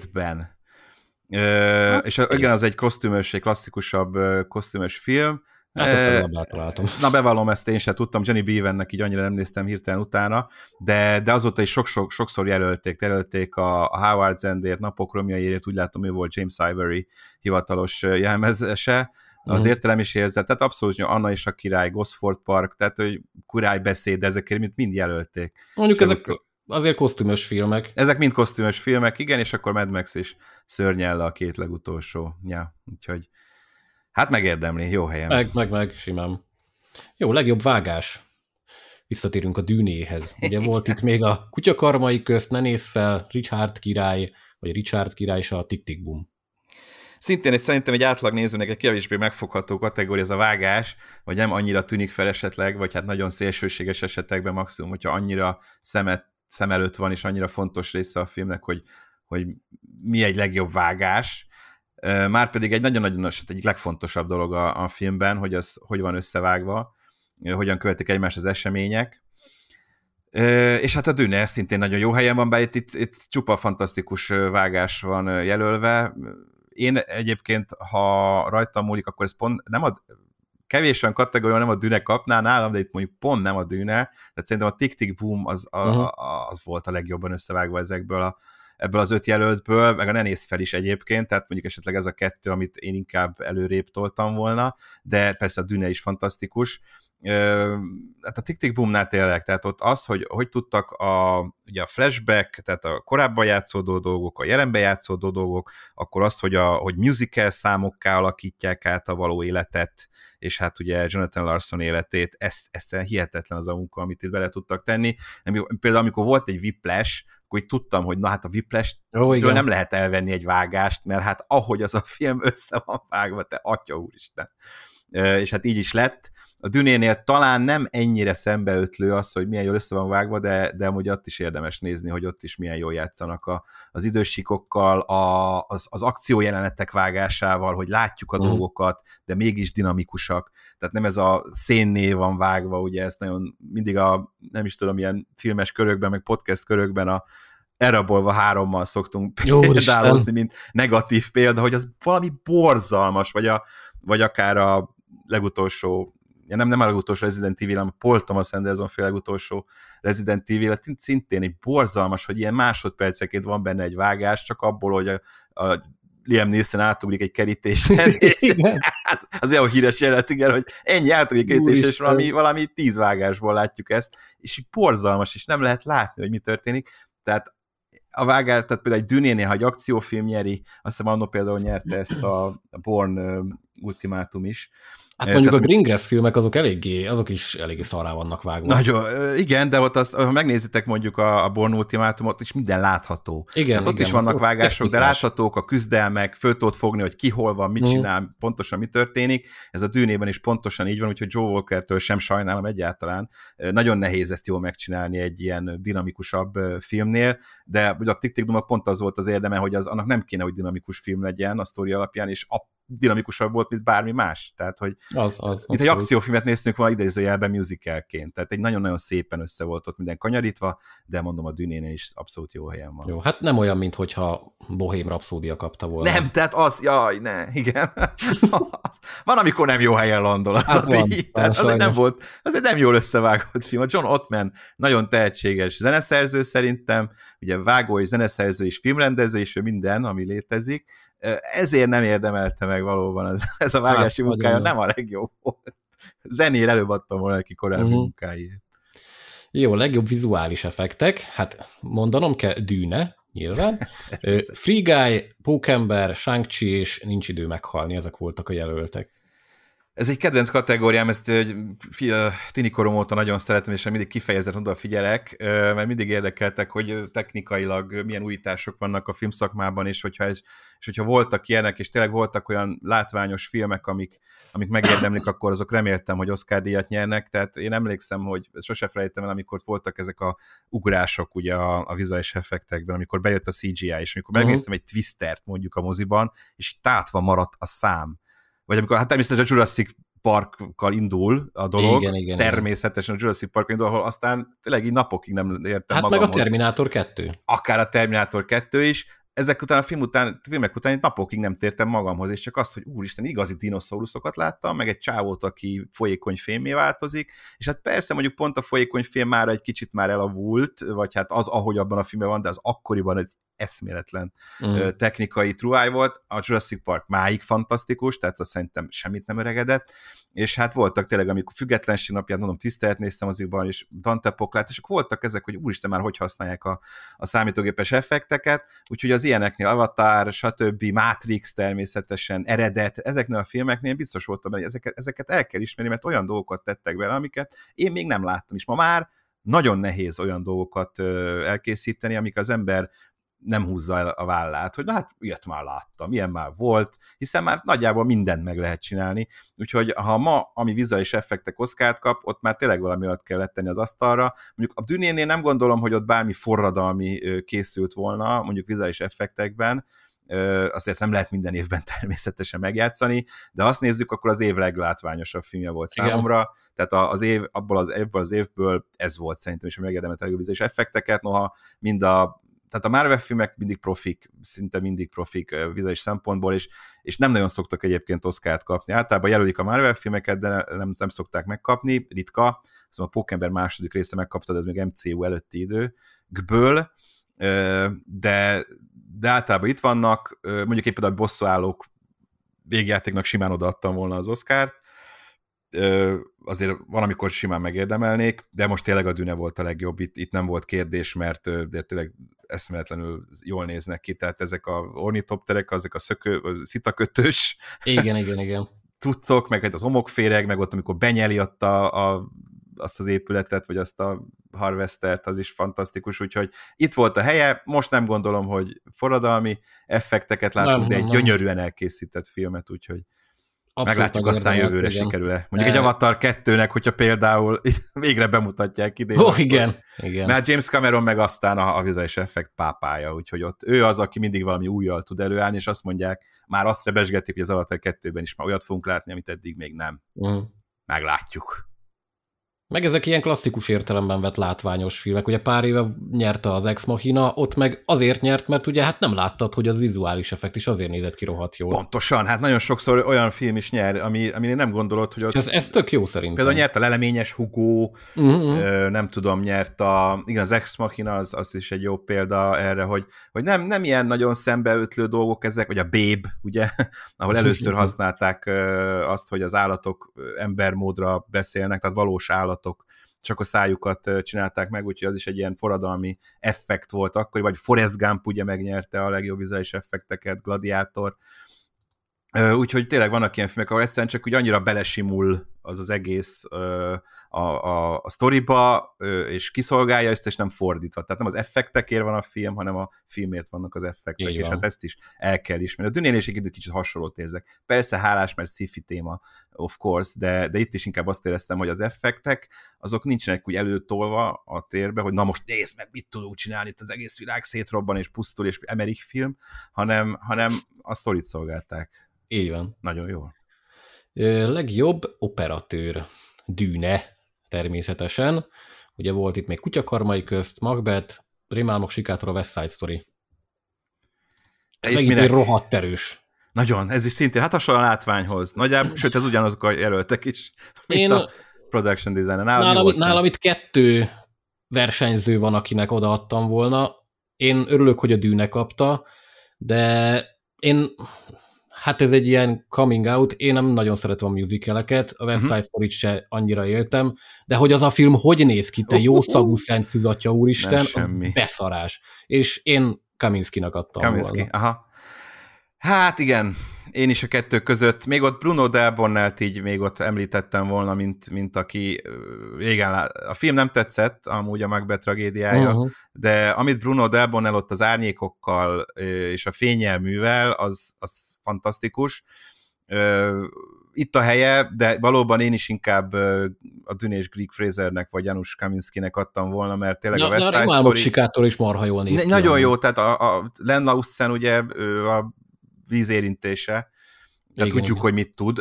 ezerkilencszáznyolcvanhétben. Hát, és igen, az egy kosztümös, egy klasszikusabb kosztümös film, Hát ezt legalább eltaláltam. Na, bevallom, ezt én sem tudtam, Jenny Beavennek így annyira nem néztem hirtelen utána, de, de azóta is sok, sok, sokszor jelölték, jelölték a, a Howard Zendért, Napok romjaiért, úgy látom, ő volt James Ivory hivatalos jelmezese, az uh-huh. értelem is érzett, tehát abszolút Anna és a király, Gosford Park, tehát hogy király beszéd, ezekért mind, mind jelölték. Mondjuk ezek akkor, azért kosztümös filmek. Ezek mind kosztümös filmek, igen, és akkor Mad Max is szörnyelle a két legutolsó. Ja, úgyhogy hát megérdemli, jó helyen. Meg, meg, meg, simán. Jó, legjobb vágás. Visszatérünk a Dűnéhez. Ugye volt itt még a Kutyakarmai közt, Ne nézz fel, Richard király, vagy Richard király és a Tick Tick Boom. Szintén egy, szerintem egy átlag nézőnek egy kevésbé megfogható kategória ez a vágás, vagy nem annyira tűnik fel esetleg, vagy hát nagyon szélsőséges esetekben maximum, hogyha annyira szemet, szem előtt van, és annyira fontos része a filmnek, hogy, hogy mi egy legjobb vágás. Márpedig egy nagyon-nagyon egyik legfontosabb dolog a, a filmben, hogy az hogy van összevágva, hogyan követik egymást az események. És hát a Dűne szintén nagyon jó helyen van, bár itt, itt, itt csupa fantasztikus vágás van jelölve. Én egyébként, ha rajtam múlik, akkor ez pont nem a kevés olyan kategória, nem a Dűne kapná nálam, de itt mondjuk pont nem a Dűne, tehát szerintem a Tick Tick Boom az, a, uh-huh. az volt a legjobban összevágva ezekből a, ebből az öt jelöltből, meg a Ne nézz fel is egyébként, tehát mondjuk esetleg ez a kettő, amit én inkább előrébb toltam volna, de persze a Dűne is fantasztikus. Hát a Tick Tick Boomnál tényleg, tehát ott az, hogy hogy tudtak a, ugye a flashback, tehát a korábban játszódó dolgok, a jelenben játszódó dolgok, akkor azt, hogy, a, hogy musical számokká alakítják át a való életet, és hát ugye Jonathan Larson életét, ez, ez hihetetlen az a munka, amit itt bele tudtak tenni. Például amikor volt egy Whiplash, akkor így tudtam, hogy na hát a Whiplash-től nem lehet elvenni egy vágást, mert hát ahogy az a film össze van vágva, te atya úristen. És hát így is lett. A Dűnénél talán nem ennyire szembeötlő az, hogy milyen jól össze van vágva, de, de amúgy ott is érdemes nézni, hogy ott is milyen jól játszanak a, az idősíkokkal, a, az, az akciójelenetek vágásával, hogy látjuk a mm. dolgokat, de mégis dinamikusak. Tehát nem ez a szénné van vágva, ugye ezt nagyon mindig a, nem is tudom, ilyen filmes körökben, meg podcast körökben a elrabolva hárommal szoktunk példálozni, mint negatív példa, hogy az valami borzalmas, vagy, a, vagy akár a legutolsó, ja nem, nem a legutolsó Resident Evil, hanem Paul Thomas Anderson fél legutolsó Resident Evil, szintén egy borzalmas, hogy ilyen másodperceként van benne egy vágás, csak abból, hogy a, a Liam Neeson átugrik egy kerítésen, az, az olyan híres jelet, igen, hogy ennyi átugrik egy kerítésen, és valami, valami tíz vágásból látjuk ezt, és így borzalmas, és nem lehet látni, hogy mi történik, tehát a vágás, tehát például egy Dűnénél, ha egy akciófilm nyeri, azt hiszem annól például nyerte ezt a Bourne Ultimátum is. Hát mondjuk tehát, a Greengrass filmek azok eléggé, azok is eléggé szarrá vannak vágva. Nagyon, igen, de ott azt, ha megnézitek mondjuk a, a Bourne Ultimátumot, is minden látható. Igen, hát ott igen, is vannak vágások, technikás. De láthatók a küzdelmek, föl tudod fogni, hogy ki hol van, mit csinál, mm. pontosan mi történik. Ez a Dűnében is pontosan így van, úgyhogy Joe Walkertől sem sajnálom egyáltalán. Nagyon nehéz ezt jól megcsinálni egy ilyen dinamikusabb filmnél, de a Tick Tick Boomnak pont az volt az érdeme, hogy az, annak nem kéne, hogy dinamikus film legyen a sztori alapján, és a dinamikusabb volt, mint bármi más. Tehát, hogy az, az, mint egy akciófilmet néztünk volna idézőjelben musicalként. Tehát egy nagyon-nagyon szépen össze volt ott minden kanyarítva, de mondom, a Dűnénél is abszolút jó helyen van. Jó, hát nem olyan, mint hogyha Bohém Rhapsódia kapta volna. Nem, tehát az, jaj, ne, igen. az, van, amikor nem jó helyen landol. Az hát van, így, tehát az nem volt, az egy nem jól összevágott film. A John Ottman nagyon tehetséges zeneszerző szerintem, ugye vágó és zeneszerző és filmrendező, és ő minden, ami létezik. Ezért nem érdemelte meg valóban ez, ez a vágási hát, munkája, nem a legjobb volt. Zenére előbb adtam volna neki korábbi uh-huh. munkáiért. Jó, legjobb vizuális effektek, hát mondanom kell, Dűne, nyilván. Free Guy, Pókember, Shang-Chi és Nincs idő meghalni, ezek voltak a jelöltek. Ez egy kedvenc kategóriám, ezt tinikorom óta nagyon szeretem, és mindig kifejezetten odafigyelek, mert mindig érdekeltek, hogy technikailag milyen újítások vannak a filmszakmában, és hogyha, ez, és hogyha voltak ilyenek, és tényleg voltak olyan látványos filmek, amik, amik megérdemlik, akkor azok reméltem, hogy Oscar-díjat nyernek, tehát én emlékszem, hogy sose felejtem el, amikor voltak ezek a ugrások ugye a, a vizuális effektekben, amikor bejött a cé gé í, és amikor uh-huh. megnéztem egy Twistert mondjuk a moziban, és tátva maradt a szám. Vagy amikor, hát természetesen a Jurassic Parkkal indul a dolog, igen, igen, természetesen a Jurassic Parkkal indul, ahol aztán tényleg így napokig nem értem hát magamhoz. meg a Terminátor kettő. Akár a Terminátor kettő is. ezek után a film után, filmek után napokig nem tértem magamhoz, és csak azt, hogy úristen, igazi dinoszauruszokat láttam, meg egy csávót, aki folyékony fémmé változik, és hát persze mondjuk pont a folyékony fém már egy kicsit már elavult, vagy hát az, ahogy abban a filmben van, de az akkoriban egy eszméletlen mm. technikai truváj volt. A Jurassic Park máig fantasztikus, tehát azt szerintem semmit nem öregedett, és hát voltak tényleg, amikor függetlenség napján, mondom, tisztelt néztem azokban, és Dante Poklát, és akkor voltak ezek, hogy úristen, már hogy használják a, a számítógépes effekteket, úgyhogy az ilyeneknél Avatar, stb., Matrix természetesen, Eredet, ezeknél a filmeknél biztos voltam, hogy ezeket, ezeket el kell ismerni, mert olyan dolgokat tettek vele, amiket én még nem láttam, és ma már nagyon nehéz olyan dolgokat elkészíteni, amik az ember nem húzza el a vállát, hogy na hát ilyet már láttam, ilyen már volt, hiszen már nagyjából mindent meg lehet csinálni, úgyhogy ha ma, ami vizuális effektek Oscart kap, ott már tényleg valami olyat kell tenni az asztalra. Mondjuk a Dűnénél nem gondolom, hogy ott bármi forradalmi készült volna, mondjuk vizuális effektekben, azt nem lehet minden évben természetesen megjátszani, de azt nézzük, akkor az év leglátványosabb filmje volt számomra, igen. Tehát az év, abból az, ebből az évből ez volt szerintem is a megérdemelt a vizuális effekteket, noha mind a tehát a Marvel filmek mindig profik, szinte mindig profik vizuális szempontból, és, és nem nagyon szoktak egyébként Oscart kapni. Általában jelölik a Marvel filmeket, de nem, nem szokták megkapni, ritka. Szóval a Pókember második része megkapta, de ez még em cé u előtti időkből, de, de általában itt vannak, mondjuk éppen a Bosszúállók végjátéknak simán odaadtam volna az Oscart, azért valamikor simán megérdemelnék, de most tényleg a Dune volt a legjobb, itt, itt nem volt kérdés, mert de tényleg eszméletlenül jól néznek ki, tehát ezek a ornitopterek, ezek a szökő, a szitakötős igen, igen, igen. cuccok, meg az homokféreg, meg ott, amikor benyeli ott a, a, azt az épületet, vagy azt a harvestert, az is fantasztikus, úgyhogy itt volt a helye, most nem gondolom, hogy forradalmi effekteket látunk, nem, de egy nem, gyönyörűen elkészített filmet, úgyhogy abszolút meglátjuk aztán jövőre igen. Sikerül-e. Mondjuk egy Avatar kettőnek, hogyha például végre bemutatják idén. Ó, oh, igen. igen. Mert James Cameron meg aztán a, a vizuális effekt pápája, úgyhogy ott ő az, aki mindig valami újjal tud előállni, és azt mondják, már azt rebesgetik, hogy az Avatar kettőben is már olyat fogunk látni, amit eddig még nem. Mm. Meglátjuk. Meg ezek ilyen klasszikus értelemben vett látványos filmek. Ugye pár éve nyerte az Ex Machina, ott meg azért nyert, mert ugye hát nem láttad, hogy az vizuális effekt is azért nézett ki rohadt jól. Pontosan, hát nagyon sokszor olyan film is nyer, ami, ami nem gondolod, hogy ott... Ez, ez tök jó szerintem. Például nyert a Leleményes Hugo, uh-huh. nem tudom, nyert a... Igen, az Ex Machina, az, az is egy jó példa erre, hogy, hogy nem, nem ilyen nagyon szembeötlő dolgok ezek, vagy a Babe, ugye, ahol először használták azt, hogy az állatok embermódra beszélnek, tehát valós állatok, csak a szájukat csinálták meg, úgyhogy az is egy ilyen forradalmi effekt volt akkor, vagy Forrest Gump ugye megnyerte a legjobb vizuális effekteket, Gladiátor. Úgyhogy tényleg vannak ilyen filmek, ahol egyszerűen csak úgy annyira belesimul az az egész a, a, a sztoriba, és kiszolgálja ezt, és nem fordítva. Tehát nem az effektekért van a film, hanem a filmért vannak az effektek, és hát ezt is el kell ismerni. A Dűnénél is egy kicsit hasonlót érzek. Persze hálás, mert sci-fi téma, of course, de, de itt is inkább azt éreztem, hogy az effektek, azok nincsenek úgy előtolva a térbe, hogy na most nézd meg, mit tudunk csinálni, itt az egész világ szétrobban, és pusztul, és Emmerich film, hanem, hanem a sztorit szolgálták. Így van. Nagyon jól. Ö, legjobb operatőr, Dűne természetesen. Ugye volt itt még Kutyakarmai közt, Macbeth, Rémálmok sikátora, West Side Story. Ez megint minek... egy rohadt erős. Nagyon, ez is szintén, hát hasonlóan a látványhoz. Nagyjából, sőt, ez ugyanazok a jelöltek is, mint Én... a production designer. Nálam, nálam, itt, nálam itt kettő versenyző van, akinek odaadtam volna. Én örülök, hogy a Dűne kapta, de én... Hát ez egy ilyen coming out, én nem nagyon szeretem a musicaleket, a West Side Story-t se annyira éltem, de hogy az a film hogy néz ki, te jó szagú szent szűzatja, úristen, az beszarás. És én Kaminskinak adtam Kaminski, volna. Aha. Hát igen, én is a kettő között, még ott Bruno Delbonnelt így még ott említettem volna, mint, mint aki régen lát... A film nem tetszett, amúgy a Macbeth tragédiája, uh-huh. de amit Bruno Delbonnel ott az árnyékokkal és a fénnyel művel, az, az fantasztikus. Itt a helye, de valóban én is inkább a Dune és Greig Frasernek vagy Janusz Kaminskinek adtam volna, mert tényleg Na, a West Side Story... Rémálmok sikátor is marha jól néz ki. Nagyon jó, tehát a, a Len Laussen ugye a vízérintése, Tehát igen, tudjuk, igen. hogy mit tud.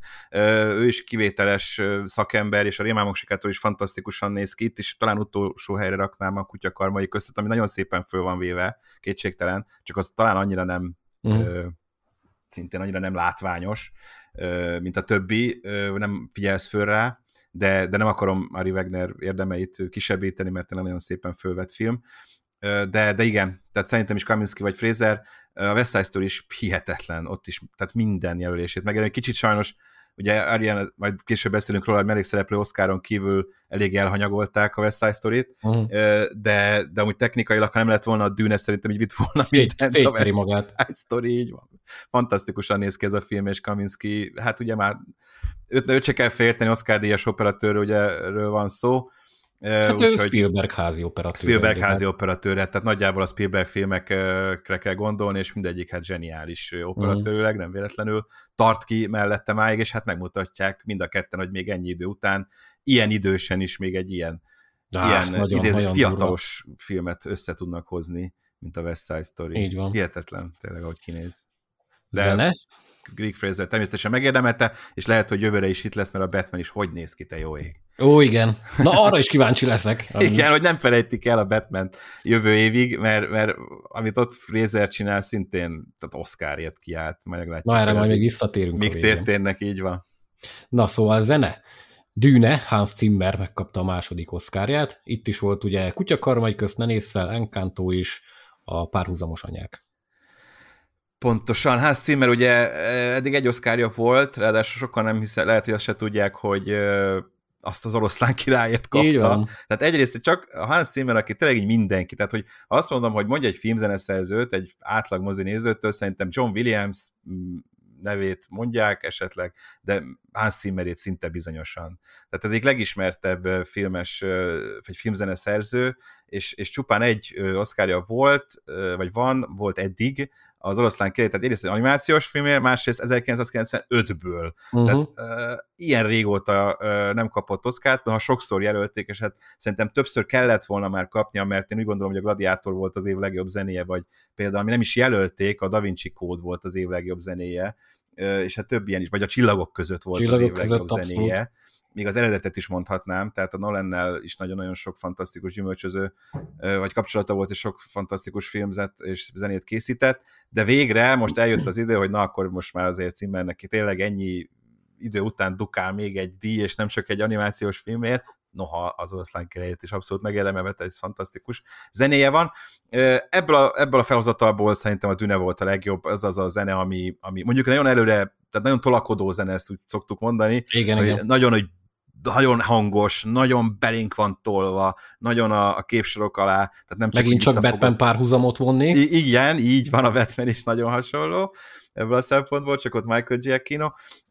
Ő is kivételes szakember, és a Rémálmok sikától is fantasztikusan néz ki. Itt is talán utolsó helyre raknám a Kutyakarmai között, ami nagyon szépen föl van véve, kétségtelen, csak az talán annyira nem uh-huh. ö, szintén annyira nem látványos, ö, mint a többi, ö, nem figyelsz föl rá, de, de nem akarom Ari Wegner érdemeit kisebbíteni, mert tényleg nagyon szépen fölvett film. De, de igen, tehát szerintem is Kaminski vagy Fraser, a West Side Story is hihetetlen, ott is, tehát minden jelölését meg. Egy kicsit sajnos, ugye Ariane, majd később beszélünk róla, hogy mellékszereplő Oscaron kívül elég elhanyagolták a West Side Story-t, uh-huh. de, de amúgy technikailag, ha nem lett volna a Dűne, szerintem így vitt volna mindent a West Side Story, így van. Fantasztikusan néz ki ez a film, és Kaminski, hát ugye már őt, őt se kell félteni, Oscar-díjas operatőr, ugye erről van szó. Hát ő Spielberg házi operatőr. Spielberg házi operatőr, tehát nagyjából a Spielberg filmekre kell gondolni, és mindegyik hát zseniális operatőrleg, nem véletlenül tart ki mellette máig, és hát megmutatják mind a ketten, hogy még ennyi idő után, ilyen idősen is még egy ilyen, ah, ilyen nagyon, idézett, nagyon fiatalos durva filmet össze tudnak hozni, mint a West Side Story. Így van. Hihetetlen, tényleg, ahogy kinéz. De zene? Greg Fraser természetesen megérdemelte, és lehet, hogy jövőre is itt lesz, mert a Batman is hogy néz ki, te jó ég. Ó, igen. Na, arra is kíváncsi leszek. Ami... Igen, hogy nem felejtik el a Batman jövő évig, mert, mert amit ott Fraser csinál, szintén tehát Oscarért kiállt. Majd Na, erre majd még visszatérünk. Még történnek, így van. Na, szóval zene. Dűne, Hans Zimmer megkapta a második Oscarját. Itt is volt ugye Kutyakarmai közt, Ne nézz fel, Encanto is, a Párhuzamos anyák. Pontosan, Hans Zimmer ugye eddig egy Oscarja volt, ráadásul sokan nem hiszem, lehet, hogy azt se tudják, hogy azt az Oroszlán királyért kapta. Tehát egyrészt csak a Hans Zimmer, aki tényleg így mindenki, tehát hogy azt mondom, hogy mondja egy filmzeneszerzőt, egy átlag mozinézőtől, szerintem John Williams nevét mondják esetleg, de Hans Zimmerét szinte bizonyosan. Tehát ez egyik legismertebb filmes, vagy filmzeneszerző, és, és csupán egy Oscarja volt, vagy van, volt eddig, az Oroszlán király, tehát egyrészt egy animációs filmért, másrészt ezerkilencszázkilencvenötből. Uh-huh. Tehát uh, ilyen régóta uh, nem kapott Oscart, mert ha sokszor jelölték, és hát szerintem többször kellett volna már kapnia, mert én úgy gondolom, hogy a Gladiátor volt az év legjobb zenéje, vagy például, ami nem is jelölték, a Da Vinci Code volt az év legjobb zenéje, uh, és hát több ilyen is, vagy a Csillagok között volt Csillagok az év legjobb zenéje. Abszolút. Még az eredetet is mondhatnám, tehát a Nolannel is nagyon-nagyon sok fantasztikus gyümölcsöző, vagy kapcsolata volt, és sok fantasztikus filmzet és zenét készített, de végre most eljött az idő, hogy na akkor most már azért Zimmernek tényleg ennyi idő után dukál még egy díj, és nem csak egy animációs filmért, noha az Oroszlán királyt is abszolút megérdemelve, ez fantasztikus zenéje van. Ebből a, ebből a felhozatalból szerintem a Dűne volt a legjobb, az az a zene, ami, ami mondjuk nagyon előre, tehát nagyon tolakodó zene, ezt úgy szoktuk mondani. Igen, hogy igen. Nagyon, hogy nagyon hangos, nagyon belénk van tolva, nagyon a, a képsorok alá, tehát nem csak megint csak Batman párhuzamot vonni. I- igen, így van, a Batman is nagyon hasonló ebből a szempontból, csak ott Michael Giacchino.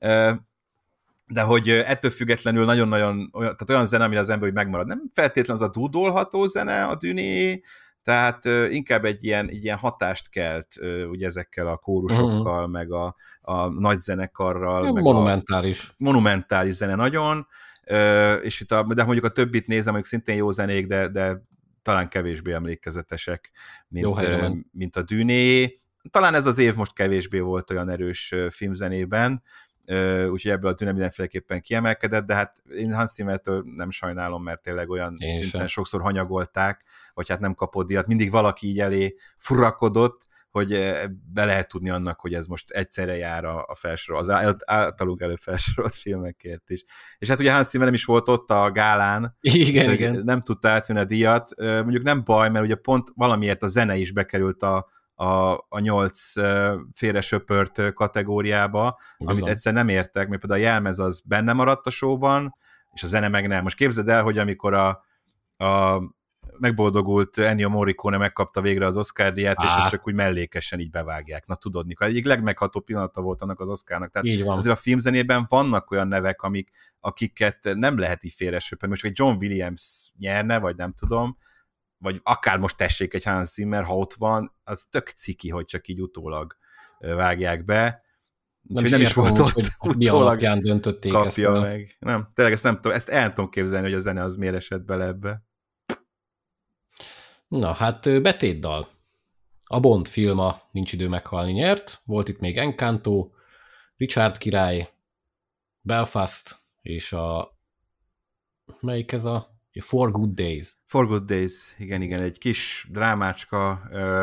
De hogy ettől függetlenül nagyon-nagyon olyan, tehát olyan zene, amire az ember úgy megmarad. Nem feltétlenül az a dúdolható zene a Dűné, tehát inkább egy ilyen, egy ilyen hatást kelt ugye ezekkel a kórusokkal, uh-huh. meg a, a nagy zenekarral. Meg monumentális. A monumentális zene nagyon, és itt a, de mondjuk a többit nézem, mondjuk szintén jó zenék, de, de talán kevésbé emlékezetesek, mint, mint a Dűné. Talán ez az év most kevésbé volt olyan erős filmzenében, úgyhogy ebből a Dűne mindenféleképpen kiemelkedett, de hát én Hans Zimmertől nem sajnálom, mert tényleg olyan én szinten sem. Sokszor hanyagolták, vagy hát nem kapott díjat, mindig valaki így elé furakodott, hogy be lehet tudni annak, hogy ez most egyszerre jár a, a felsorolt, az általunk előbb felsorolt filmekért is. És hát ugye Hans Zimmer nem is volt ott a gálán, igen, igen. nem tudta átvenni a díjat, mondjuk nem baj, mert ugye pont valamiért a zene is bekerült a a, a nyolc félre söpört kategóriába, Bizony. Amit egyszer nem értek, mert például a jelmez az benne maradt a showban, és a zene meg nem. Most képzeld el, hogy amikor a, a megboldogult Ennio Morricone megkapta végre az Oscar-díját, és ezt csak úgy mellékesen így bevágják. Na tudod, Nikol, egyik legmegható pillanata volt annak az Oscarnak. Tehát azért a filmzenében vannak olyan nevek, amik, akiket nem lehet így félre söpörni. Most, hogy John Williams nyerne, vagy nem tudom, vagy akár most tessék egy Hans Zimmer, ha ott van, az tök ciki, hogy csak így utólag vágják be. Nem, nem is volt ott, hogy mi alapján döntötték kapja ezt. Meg. Nem, tényleg ezt nem tudom, ezt el tudom képzelni, hogy a zene az miért esett bele ebbe. Na, hát betétdal. A Bond film a Nincs idő meghalni nyert, volt itt még Encanto, Richard király, Belfast, és a melyik ez a For Good Days. For Good Days, igen, igen, egy kis drámácska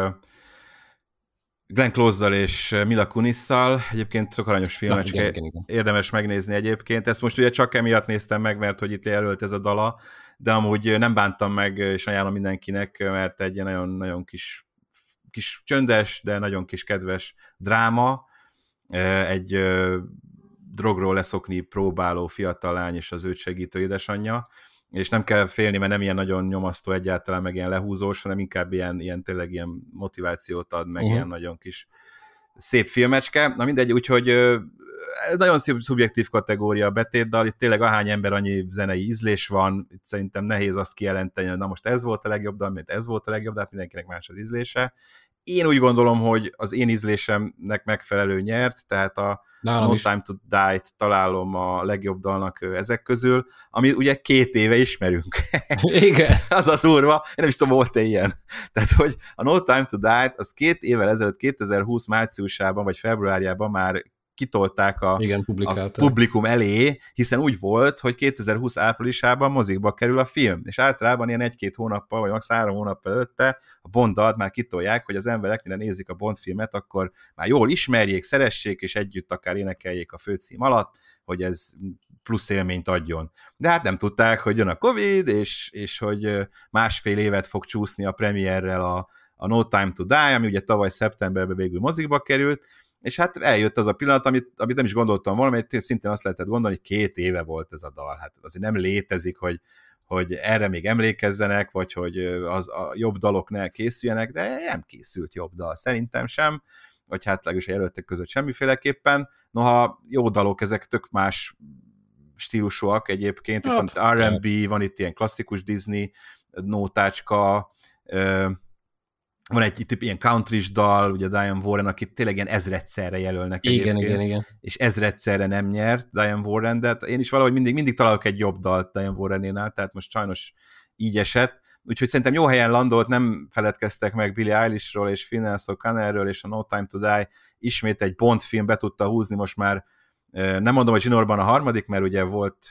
Glenn Close-zal és Mila Kunisszal, egyébként tök aranyos filmecske, igen, igen, igen. Érdemes megnézni egyébként. Ezt most ugye csak emiatt néztem meg, mert hogy itt jelölt ez a dala, de amúgy nem bántam meg, és ajánlom mindenkinek, mert egy nagyon-nagyon kis, kis csöndes, de nagyon kis kedves dráma, egy drogról leszokni próbáló fiatal lány és az őt segítő édesanyja, és nem kell félni, mert nem ilyen nagyon nyomasztó egyáltalán, meg ilyen lehúzós, hanem inkább ilyen, ilyen tényleg ilyen motivációt ad, meg uh-huh. ilyen nagyon kis szép filmecske. Na mindegy, úgyhogy ez nagyon szép szubjektív kategória a betétdal, itt tényleg ahány ember annyi zenei ízlés van, itt szerintem nehéz azt kijelenteni, hogy na most ez volt a legjobb dal, mint ez volt a legjobb, de hát mindenkinek más az ízlése. Én úgy gondolom, hogy az én ízlésemnek megfelelő nyert, tehát a Nálam No is. Time to Die-t találom a legjobb dalnak ezek közül, ami ugye két éve ismerünk. Igen. Az a durva, én nem is tudom, volt-e ilyen. Tehát, hogy a No Time to Die-t, az két évvel ezelőtt, kétezer-húsz márciusában vagy februárjában már kitolták a, Igen, a publikum elé, hiszen úgy volt, hogy kétezer-húsz áprilisában mozikba kerül a film, és általában ilyen egy-két hónappal, vagy max. három hónappal előtte a Bonddalt már kitolják, hogy az emberek, mire nézik a Bond filmet, akkor már jól ismerjék, szeressék, és együtt akár énekeljék a főcím alatt, hogy ez plusz élményt adjon. De hát nem tudták, hogy jön a Covid, és, és hogy másfél évet fog csúszni a premierrel a, a No Time to Die, ami ugye tavaly szeptemberben végül mozikba került, és hát eljött az a pillanat, amit, amit nem is gondoltam volna, mert szintén azt lehetett gondolni, hogy két éve volt ez a dal. Hát azért nem létezik, hogy, hogy erre még emlékezzenek, vagy hogy az, a jobb dalok ne készüljenek, de nem készült jobb dal, szerintem sem, vagy hát legalábbis a jelöltek között semmiféleképpen. Noha jó dalok, ezek tök más stílusúak egyébként, itt van itt er and bé, van itt ilyen klasszikus Disney nótácska, van egy itt ilyen country-s dal, ugye Diane Warren, akit tényleg ilyen ezredszerre jelölnek igen, egyébként, igen, igen. és ezredszerre nem nyert Diane Warren, de én is valahogy mindig, mindig találok egy jobb dalt Diane Warrenénál, tehát most sajnos így esett, úgyhogy szerintem jó helyen landolt, nem feledkeztek meg Billie Eilishról és Finneas O'Connorről, és a No Time to Die ismét egy Bond film be tudta húzni, most már nem mondom, hogy Zsinórban a harmadik, mert ugye volt,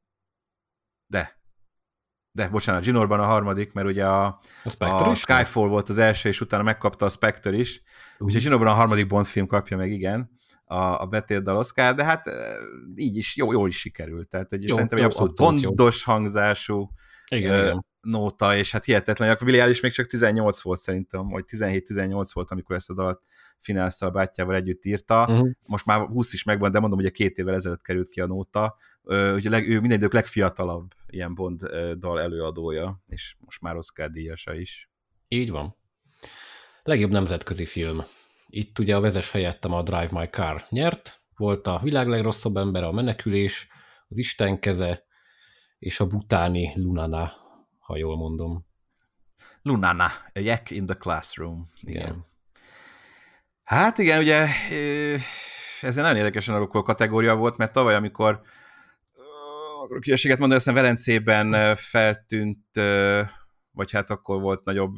de de bocsánat, Zsinórban a harmadik, mert ugye a, a, a Skyfall volt az első, és utána megkapta a Spectre is, uh. úgyhogy Zsinórban a harmadik Bond film kapja meg, igen, a, a betétdal Oscar, de hát így is jó, jól is sikerült, tehát egy, jó, szerintem jó, egy abszolút bondos jó. hangzású igen, uh, igen. nóta, és hát hihetetlen, akkor Billie Eilish még csak tizennyolc volt szerintem, vagy tizenhét-tizennyolc volt, amikor ezt a dalt Finneasszal, bátyjával együtt írta, uh-huh. most már húsz is megvan, de mondom, hogy a két évvel ezelőtt került ki a nóta, ugye leg, ő minden idők legfiatalabb ilyen Bond dal előadója, és most már Oscar díjasa is. Így van. Legjobb nemzetközi film. Itt ugye a Vezess helyettem a Drive My Car nyert, volt a Világ legrosszabb embere, a Menekülés, az Isten keze, és a butáni Lunana, ha jól mondom. Lunana, a Yak in the Classroom. Igen. igen. Hát igen, ugye ez egy nagyon érdekesen alakuló kategória volt, mert tavaly, amikor akarok hülyeséget mondani, aztán Velencében feltűnt, vagy hát akkor volt nagyobb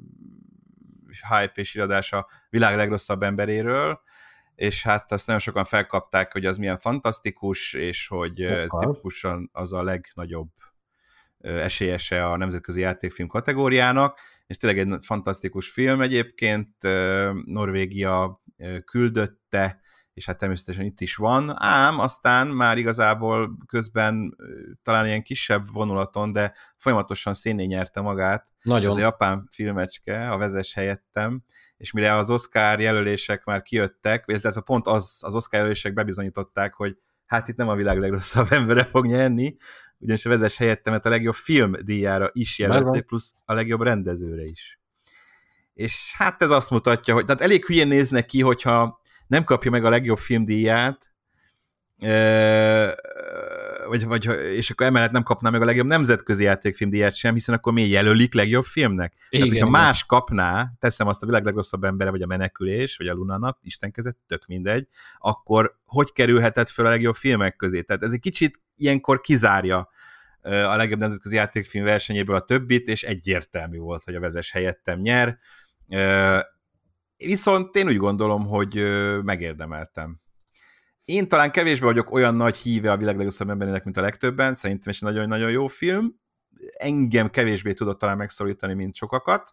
hype és iradás a Világ legrosszabb emberéről, és hát azt nagyon sokan felkapták, hogy az milyen fantasztikus, és hogy ez tipikusan az a legnagyobb esélyese a nemzetközi játékfilm kategóriának, és tényleg egy fantasztikus film egyébként, Norvégia küldötte, és hát természetesen itt is van, ám aztán már igazából közben talán ilyen kisebb vonulaton, de folyamatosan szénné nyerte magát. Nagyon. Ez a japán filmecske, a Vezess helyettem, és mire az Oscar jelölések már kijöttek, illetve pont az, az Oscar jelölések bebizonyították, hogy hát itt nem a világ legrosszabb embere fog nyerni, ugyanis a Vezess helyettemet a legjobb film díjára is jelölték, plusz a legjobb rendezőre is. És hát ez azt mutatja, hogy tehát elég hülyén néznek ki, hogyha nem kapja meg a legjobb filmdíját, vagy, vagy, és akkor emellett nem kapná meg a legjobb nemzetközi játékfilmdíját sem, hiszen akkor miért jelölik legjobb filmnek? Igen, tehát, hogyha igen. más kapná, teszem azt a világ legrosszabb embere, vagy a Menekülés, vagy a Lunana, Isten kezett, tök mindegy, akkor hogy kerülhetett föl a legjobb filmek közé? Tehát ez egy kicsit ilyenkor kizárja a legjobb nemzetközi játékfilm versenyéből a többit, és egyértelmű volt, hogy a Vezess helyettem nyer. Viszont én úgy gondolom, hogy megérdemeltem. Én talán kevésbé vagyok olyan nagy híve a világ legrosszabb emberének, mint a legtöbben, szerintem is nagyon-nagyon jó film. Engem kevésbé tudott talán megszólítani, mint sokakat.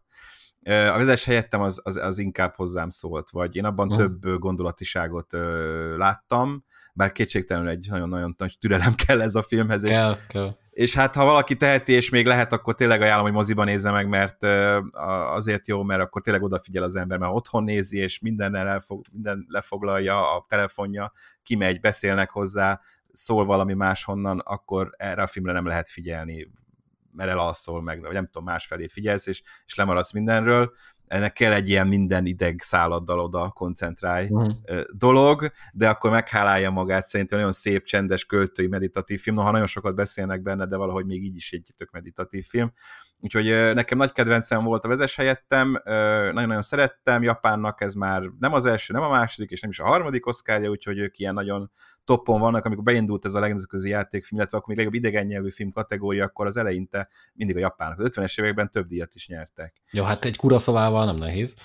A vezess helyettem az, az, az inkább hozzám szólt, vagy én abban uh. több gondolatiságot uh, láttam, bár kétségtelenül egy nagyon-nagyon nagy türelem kell ez a filmhez. Kell, és, kell. és hát ha valaki teheti, és még lehet, akkor tényleg ajánlom, hogy moziban nézze meg, mert uh, azért jó, mert akkor tényleg odafigyel az ember, mert otthon nézi, és mindennel elfog, minden lefoglalja, a telefonja, kimegy, beszélnek hozzá, szól valami máshonnan, akkor erre a filmre nem lehet figyelni, mert elalszol meg, vagy nem tudom, másfelé figyelsz, és, és lemaradsz mindenről. Ennek kell egy ilyen minden ideg szálladdal oda koncentrálj uh-huh. dolog, de akkor meghálálja magát, szerintem nagyon szép, csendes, költői, meditatív film, noha nagyon sokat beszélnek benne, de valahogy még így is egy tök meditatív film. Úgyhogy nekem nagy kedvencem volt a vezess helyettem, nagyon-nagyon szerettem, Japánnak ez már nem az első, nem a második, és nem is a harmadik oszkárja, úgyhogy ők ilyen nagyon toppon vannak, amikor beindult ez a nemzetközi játékfilm, illetve akkor még legjobb idegen nyelvű film kategória, akkor az eleinte mindig a japánok. Az ötvenes években több díjat is nyertek. Jó, hát egy Kurosawával nem nehéz.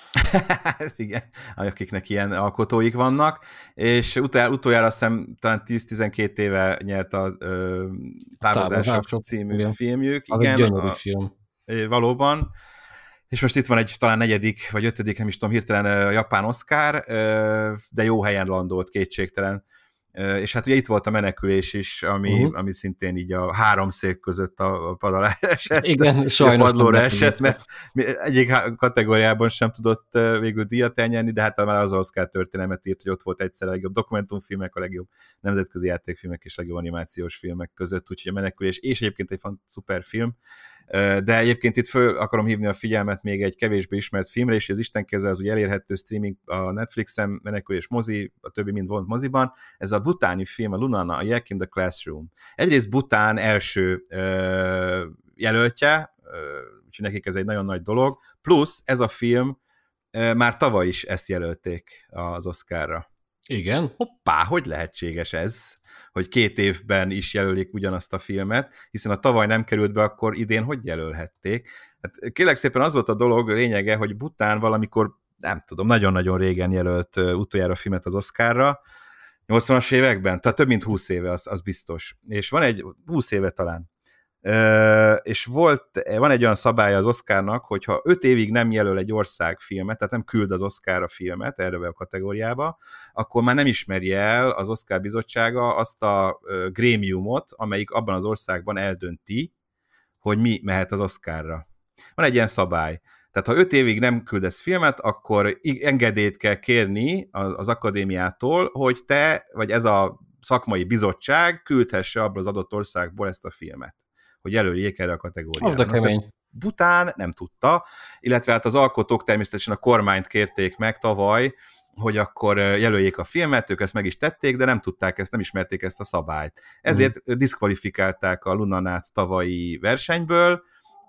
Igen, akiknek ilyen alkotóik vannak, és utol, utoljára azt hiszem talán tíz-tizenkét éve nyert a ö, Távozások című igen. filmjük. Az igen, egy gyönyörű a, film. Valóban. És most itt van egy talán negyedik, vagy ötödik, nem is tudom, hirtelen a japán Oscar, de jó helyen landolt, kétségtelen. És hát ugye itt volt a Menekülés is, ami, uh-huh. ami szintén így a három szék között a pad alá esett. Igen, sajnos. A padlóra esett, mert egyik kategóriában sem tudott végül díjat elnyerni, de hát már az Oscar történelmet írt, hogy ott volt egyszer a legjobb dokumentumfilmek, a legjobb nemzetközi játékfilmek és legjobb animációs filmek között, úgyhogy a Menekülés, és egyébként egy fan, szuper film. De egyébként itt föl akarom hívni a figyelmet még egy kevésbé ismert filmre, és az Isten keze az ugye elérhető streaming a Netflixen, Menekülés mozi, a többi mind volt moziban. Ez a butáni film, a Lunana, a Jack in the Classroom. Egyrészt Bután első ö, jelöltje, ö, úgyhogy nekik ez egy nagyon nagy dolog, plusz ez a film ö, már tavaly is ezt jelölték az Oscarra. Igen. Hoppá, hogy lehetséges ez, hogy két évben is jelölik ugyanazt a filmet, hiszen a tavaly nem került be, akkor idén hogy jelölhették? Hát kérlek szépen az volt a dolog lényege, hogy Bután valamikor, nem tudom, nagyon-nagyon régen jelölt utoljára a filmet az Oscarra, nyolcvanas években, tehát több mint húsz éve, az, az biztos. És van egy, húsz éve talán. Uh, és volt, van egy olyan szabálya az Oscarnak, hogyha öt évig nem jelöl egy ország filmet, tehát nem küld az Oscarra filmet erre a kategóriába, akkor már nem ismeri el az Oscar bizottsága azt a uh, grémiumot, amelyik abban az országban eldönti, hogy mi mehet az Oscarra. Van egy ilyen szabály. Tehát ha öt évig nem küldesz filmet, akkor engedélyt kell kérni az, az akadémiától, hogy te, vagy ez a szakmai bizottság küldhesse abból az adott országból ezt a filmet, hogy jelöljék erre a kategóriára. Az de kemény. Bután nem tudta, illetve hát az alkotók természetesen a kormányt kérték meg tavaly, hogy akkor jelöljék a filmet, ők ezt meg is tették, de nem tudták ezt, nem ismerték ezt a szabályt. Ezért mm. diszkvalifikálták a Lunanát tavalyi versenyből,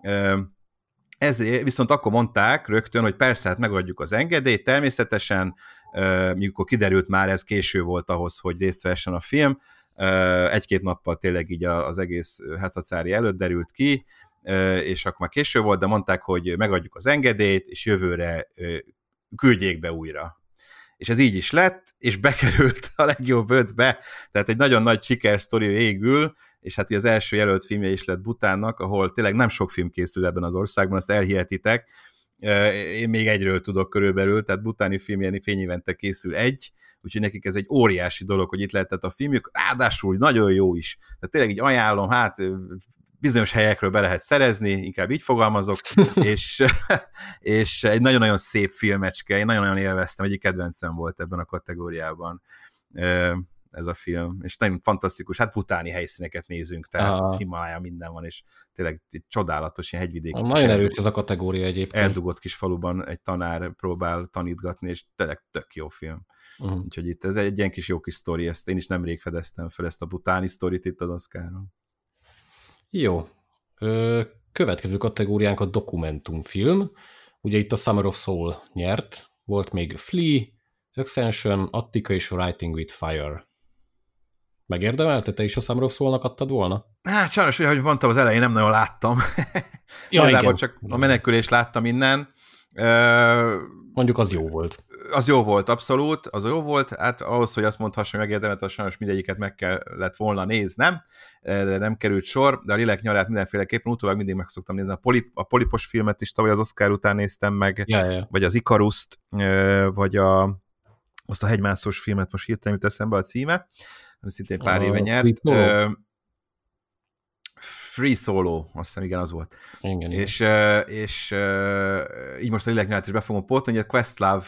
ezért viszont akkor mondták rögtön, hogy persze, hát megadjuk az engedélyt, természetesen, mikor kiderült már, ez késő volt ahhoz, hogy részt vessen a film, egy-két nappal tényleg így az egész Hatzacári előtt derült ki, és akkor már késő volt, de mondták, hogy megadjuk az engedélyt, és jövőre küldjék be újra. És ez így is lett, és bekerült a legjobb ötbe, tehát egy nagyon nagy sikersztori végül, és hát ugye az első jelölt filmje is lett Butánnak, ahol tényleg nem sok film készül ebben az országban, azt elhihetitek, én még egyről tudok körülbelül, tehát butáni film fényévente készül egy, úgyhogy nekik ez egy óriási dolog, hogy itt lehetett a filmjük, ráadásul nagyon jó is. Tehát tényleg így ajánlom, hát bizonyos helyekről be lehet szerezni, inkább így fogalmazok, és, és egy nagyon-nagyon szép filmecske, én nagyon-nagyon élveztem, egyik kedvencem volt ebben a kategóriában ez a film, és nagyon fantasztikus, hát butáni helyszíneket nézünk, tehát Himalája minden van, és tényleg csodálatos, ilyen hegyvidéki. Nagyon erős ez a kategória egyébként. Eldugott kis faluban egy tanár próbál tanítgatni, és tényleg tök jó film. Uh-huh. Úgyhogy itt ez egy ilyen kis jó kis sztori, ezt én is nemrég fedeztem fel, ezt a butáni sztorit itt az Oscaron. Jó. Következő kategóriánk a dokumentumfilm. Ugye itt a Summer of Soul nyert, volt még Flea, Ascension, Attica és Writing with Fire. Megérdemelte? Te is a Summer of Soul-nak adtad volna? Hát sajnos, hogy mondtam, az elején nem nagyon láttam. Ja, Igazából csak a Menekülést láttam innen, Mondjuk az jó volt. Az jó volt, abszolút, az jó volt, hát ahhoz, hogy azt mondhassam, hogy megérdemelt, az sajnos mindegyiket meg kellett volna néznem, erre nem került sor, de a Lélek nyarát mindenféleképpen, utólag mindig meg szoktam nézni, a, polip, a Polipos filmet is tavaly az Oscar után néztem meg, ja, ja. vagy az Ikaruszt, vagy a, azt a hegymászós filmet, most hirtelen jut eszembe a címe, ami szintén pár a éve nyert. Free Solo, azt hiszem, igen, az volt. Igen, és, igen. és, és így most a Léleknyelát is be fogom pótolni, hogy a Questlove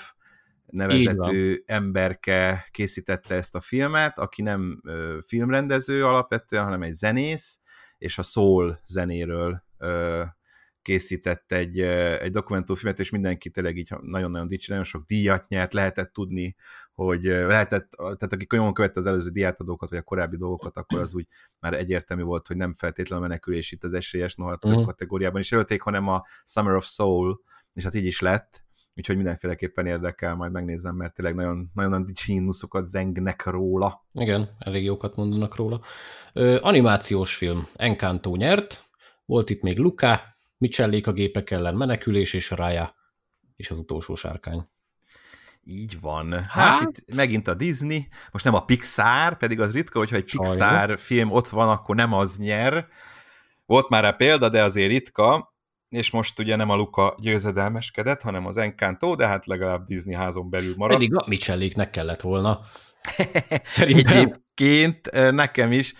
nevezetű emberke készítette ezt a filmet, aki nem ö, filmrendező alapvetően, hanem egy zenész, és a soul zenéről ö, készített egy, egy dokumentumfilmet, és mindenki tényleg így nagyon-nagyon dicsi, nagyon sok díjat nyert, lehetett tudni, hogy lehetett, tehát aki jól követte az előző díjátadókat, vagy a korábbi dolgokat, akkor az úgy már egyértelmű volt, hogy nem feltétlenül a menekülés itt az esélyes, noha több mm. kategóriában is előtték, hanem a Summer of Soul, és hát így is lett, úgyhogy mindenféleképpen érdekel, majd megnézem, mert tényleg nagyon, nagyon dicsi himnuszokat zengnek róla. Igen, elég jókat mondanak róla. Ö, animációs film, Encanto nyert, volt itt még Luca, Michellék a gépek ellen, menekülés és Raya, és az utolsó sárkány. Így van. Hát, hát itt megint a Disney, most nem a Pixar, pedig az ritka, hogyha egy Pixar Sajnál. film ott van, akkor nem az nyer. Volt már rá példa, de azért ritka, és most ugye nem a Luca győzedelmeskedett, hanem az Encanto, de hát legalább Disney házon belül maradt. Pedig a Michelléknek kellett volna. Szerintem. Egyébként nekem is,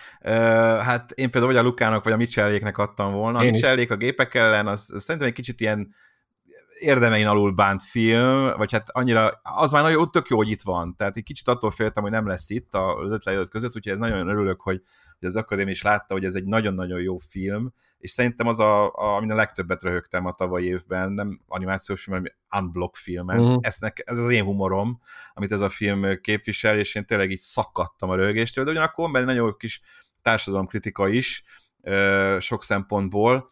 hát én például vagy a Lukának, vagy a Michelléknek adtam volna. A Michellék a gépek ellen, az, az szerintem egy kicsit ilyen érdemein alul bánt film, vagy hát annyira, az már nagyon tök jó, hogy itt van. Tehát egy kicsit attól féltem, hogy nem lesz itt az öt lejelölt között, úgyhogy ez nagyon örülök, hogy, hogy az Akadémia is látta, hogy ez egy nagyon-nagyon jó film, és szerintem az, a, a, amin a legtöbbet röhögtem a tavalyi évben, nem animációs film, hanem unblock filmen. Uh-huh. Ez, ez az én humorom, amit ez a film képvisel, és én tényleg így szakadtam a röhögéstől, de ugyanakkor benne nagyon jó kis társadalomkritika is, sok szempontból,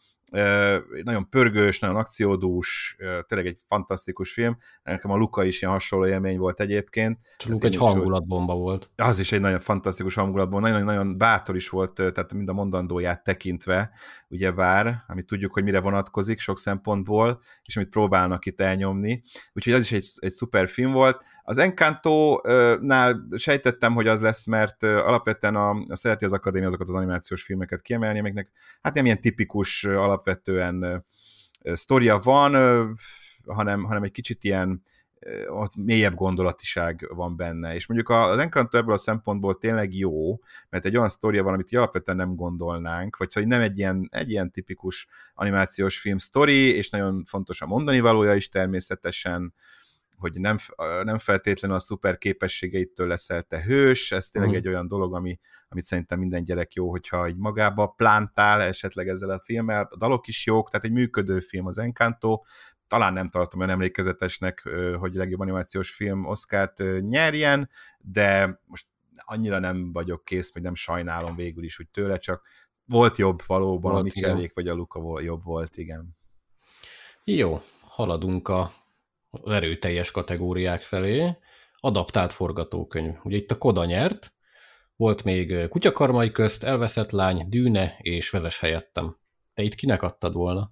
nagyon pörgős, nagyon akciódús, tényleg egy fantasztikus film. Nekem a Luca is ilyen hasonló élmény volt egyébként. Luca egy hangulatbomba volt. Az is egy nagyon fantasztikus hangulatbomba, nagyon-nagyon bátor is volt, tehát mind a mondandóját tekintve, ugyebár, amit tudjuk, hogy mire vonatkozik sok szempontból, és amit próbálnak itt elnyomni. Úgyhogy az is egy, egy szuper film volt. Az Encanto-nál sejtettem, hogy az lesz, mert alapvetően a, a szereti az Akadémia azokat az animációs filmeket kiemelni, amiknek hát nem ilyen tipikus alapvetően sztoria van, hanem, hanem egy kicsit ilyen ott mélyebb gondolatiság van benne. És mondjuk az Encanto ebből a szempontból tényleg jó, mert egy olyan sztoria van, amit alapvetően nem gondolnánk, vagy szóval nem egy ilyen, egy ilyen tipikus animációs film sztori, és nagyon fontos a mondani valója is természetesen, hogy nem, nem feltétlenül a szuper képességeitől leszel te hős, ez tényleg uh-huh. egy olyan dolog, ami, amit szerintem minden gyerek jó, hogyha így magába plántál esetleg ezzel a filmmel. A dalok is jók, tehát egy működő film az Encanto, talán nem tartom olyan emlékezetesnek, hogy legjobb animációs film Oscart nyerjen, de most annyira nem vagyok kész, vagy nem sajnálom végül is, hogy tőle, csak volt jobb valóban, volt, a Michellék vagy a Luca jobb volt, igen. Jó, haladunk a erőteljes kategóriák felé. Adaptált forgatókönyv. Ugye itt a Koda nyert, volt még Kutyakarmai közt, Elveszett lány, Dűne és Vezess helyettem. Te itt kinek adtad volna?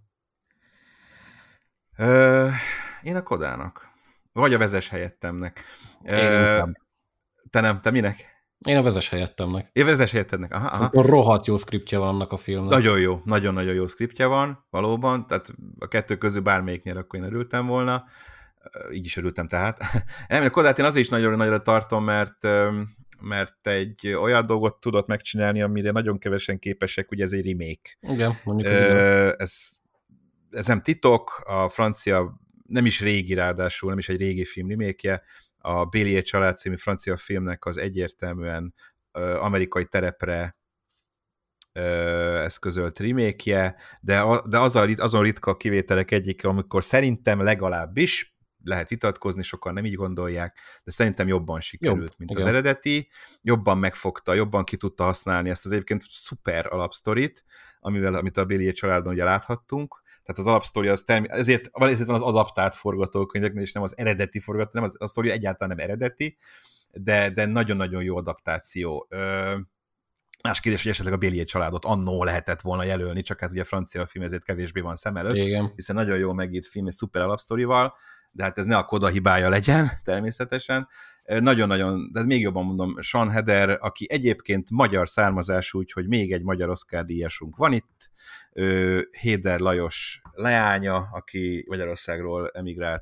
Ö, én a Kodának. Vagy a Vezess helyettemnek. Ö, te nem, te minek? Én a Vezess helyettemnek. Én Vezess helyettednek. Aha, aha. Szóval rohadt jó szkriptje van annak a filmnek. Nagyon jó, nagyon-nagyon jó szkriptje van, valóban, tehát a kettő közül bármelyik nyer, akkor én örültem volna. Így is örültem tehát. Nem, a Kodát én azért is nagyon nagyra tartom, mert, mert egy olyan dolgot tudott megcsinálni, amire nagyon kevesen képesek, ugye ez egy remake. Igen, mondjuk ez, ez, ez nem titok, a francia, nem is régi ráadásul, nem is egy régi film remake-je, a Bélier család című francia filmnek az egyértelműen amerikai terepre eszközölt remake-je, de, de az a, azon ritka kivételek egyike, amikor szerintem legalábbis, lehet vitatkozni, sokan nem így gondolják, de szerintem jobban sikerült, Jobb, mint igen. az eredeti, jobban megfogta, jobban ki tudta használni ezt az egyébként szuper alapsztorit, amivel, amit a Bélier családban ugye láthattunk, tehát az alapsztori az term... ezért, ezért van az adaptált forgatókönyveknél, és nem az eredeti forgatókönyv, nem az, a sztori egyáltalán nem eredeti, de, de nagyon-nagyon jó adaptáció. Ö, Más kérdés, hogy esetleg a Bélier családot annó lehetett volna jelölni, csak hát ugye francia film ezért kevésbé van szem előtt, igen. Hiszen nagyon jól megírt film, és szuper alapsztorival, de hát ez ne a Koda hibája legyen, természetesen. Nagyon-nagyon, de még jobban mondom, Sean Heder, aki egyébként magyar származású, úgyhogy még egy magyar Oscar-díjasunk van itt, Héder Lajos leánya, aki Magyarországról emigrált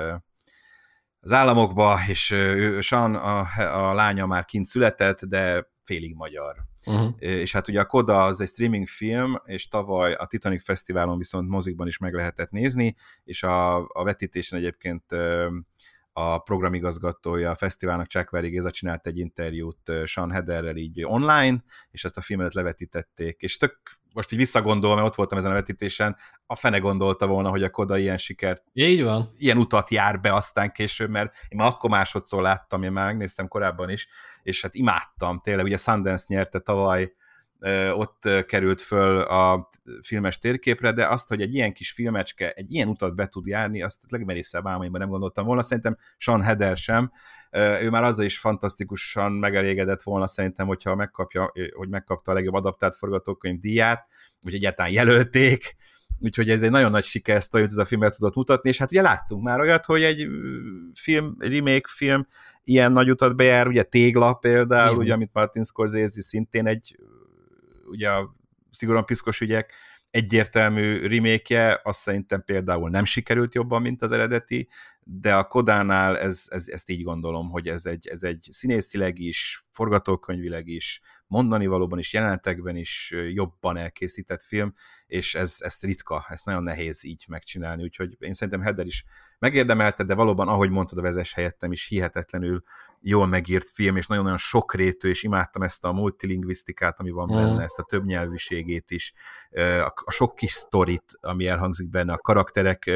az államokba, és ő, Sean, a, a lánya már kint született, de félig magyar. Uh-huh. És hát ugye a Koda az egy streaming film, és tavaly a Titanic Fesztiválon viszont mozikban is meg lehetett nézni, és a, a vetítésen egyébként a programigazgatója a fesztiválnak, Csákvári Géza csinált egy interjút Sean Hederrel így online, és ezt a filmet levetítették, és tök most így visszagondolom, mert ott voltam ezen a vetítésen, a fene gondolta volna, hogy a Koda ilyen sikert, így van. Ilyen utat jár be aztán később, mert én már akkor másodszor láttam, én már megnéztem korábban is, és hát imádtam tényleg, ugye Sundance nyerte tavaly, ott került föl a filmes térképre, de azt, hogy egy ilyen kis filmecske egy ilyen utat be tud járni, azt legmerészebb álmaimban nem gondoltam volna, szerintem Sean Heder sem, ő már azzal is fantasztikusan megelégedett volna szerintem, hogyha megkapja, hogy megkapta a legjobb adaptált forgatókönyv díját, vagy egyáltalán jelölték, úgyhogy ez egy nagyon nagy siker sztori, hogy ez a filmet tudott mutatni, és hát ugye láttunk már olyat, hogy egy film, remake film ilyen nagy utat bejár, ugye Tégla például, ugye, amit Martin Scorsese szintén egy ugye a Szigorúan piszkos ügyek egyértelmű remake-je, azt szerintem például nem sikerült jobban, mint az eredeti, de a Kodánál ez, ez, ezt így gondolom, hogy ez egy, ez egy színészileg is, forgatókönyvileg is, mondani valóban is, jelenetekben is jobban elkészített film, és ez, ez ritka, ezt nagyon nehéz így megcsinálni, úgyhogy én szerintem Heder is megérdemelte, de valóban, ahogy mondtad, a vezess helyettem is hihetetlenül jól megírt film, és nagyon-nagyon sokrétű, és imádtam ezt a multilingvisztikát, ami van benne, mm. ezt a többnyelvűségét is, a sok kis sztorit, ami elhangzik benne, a karakterek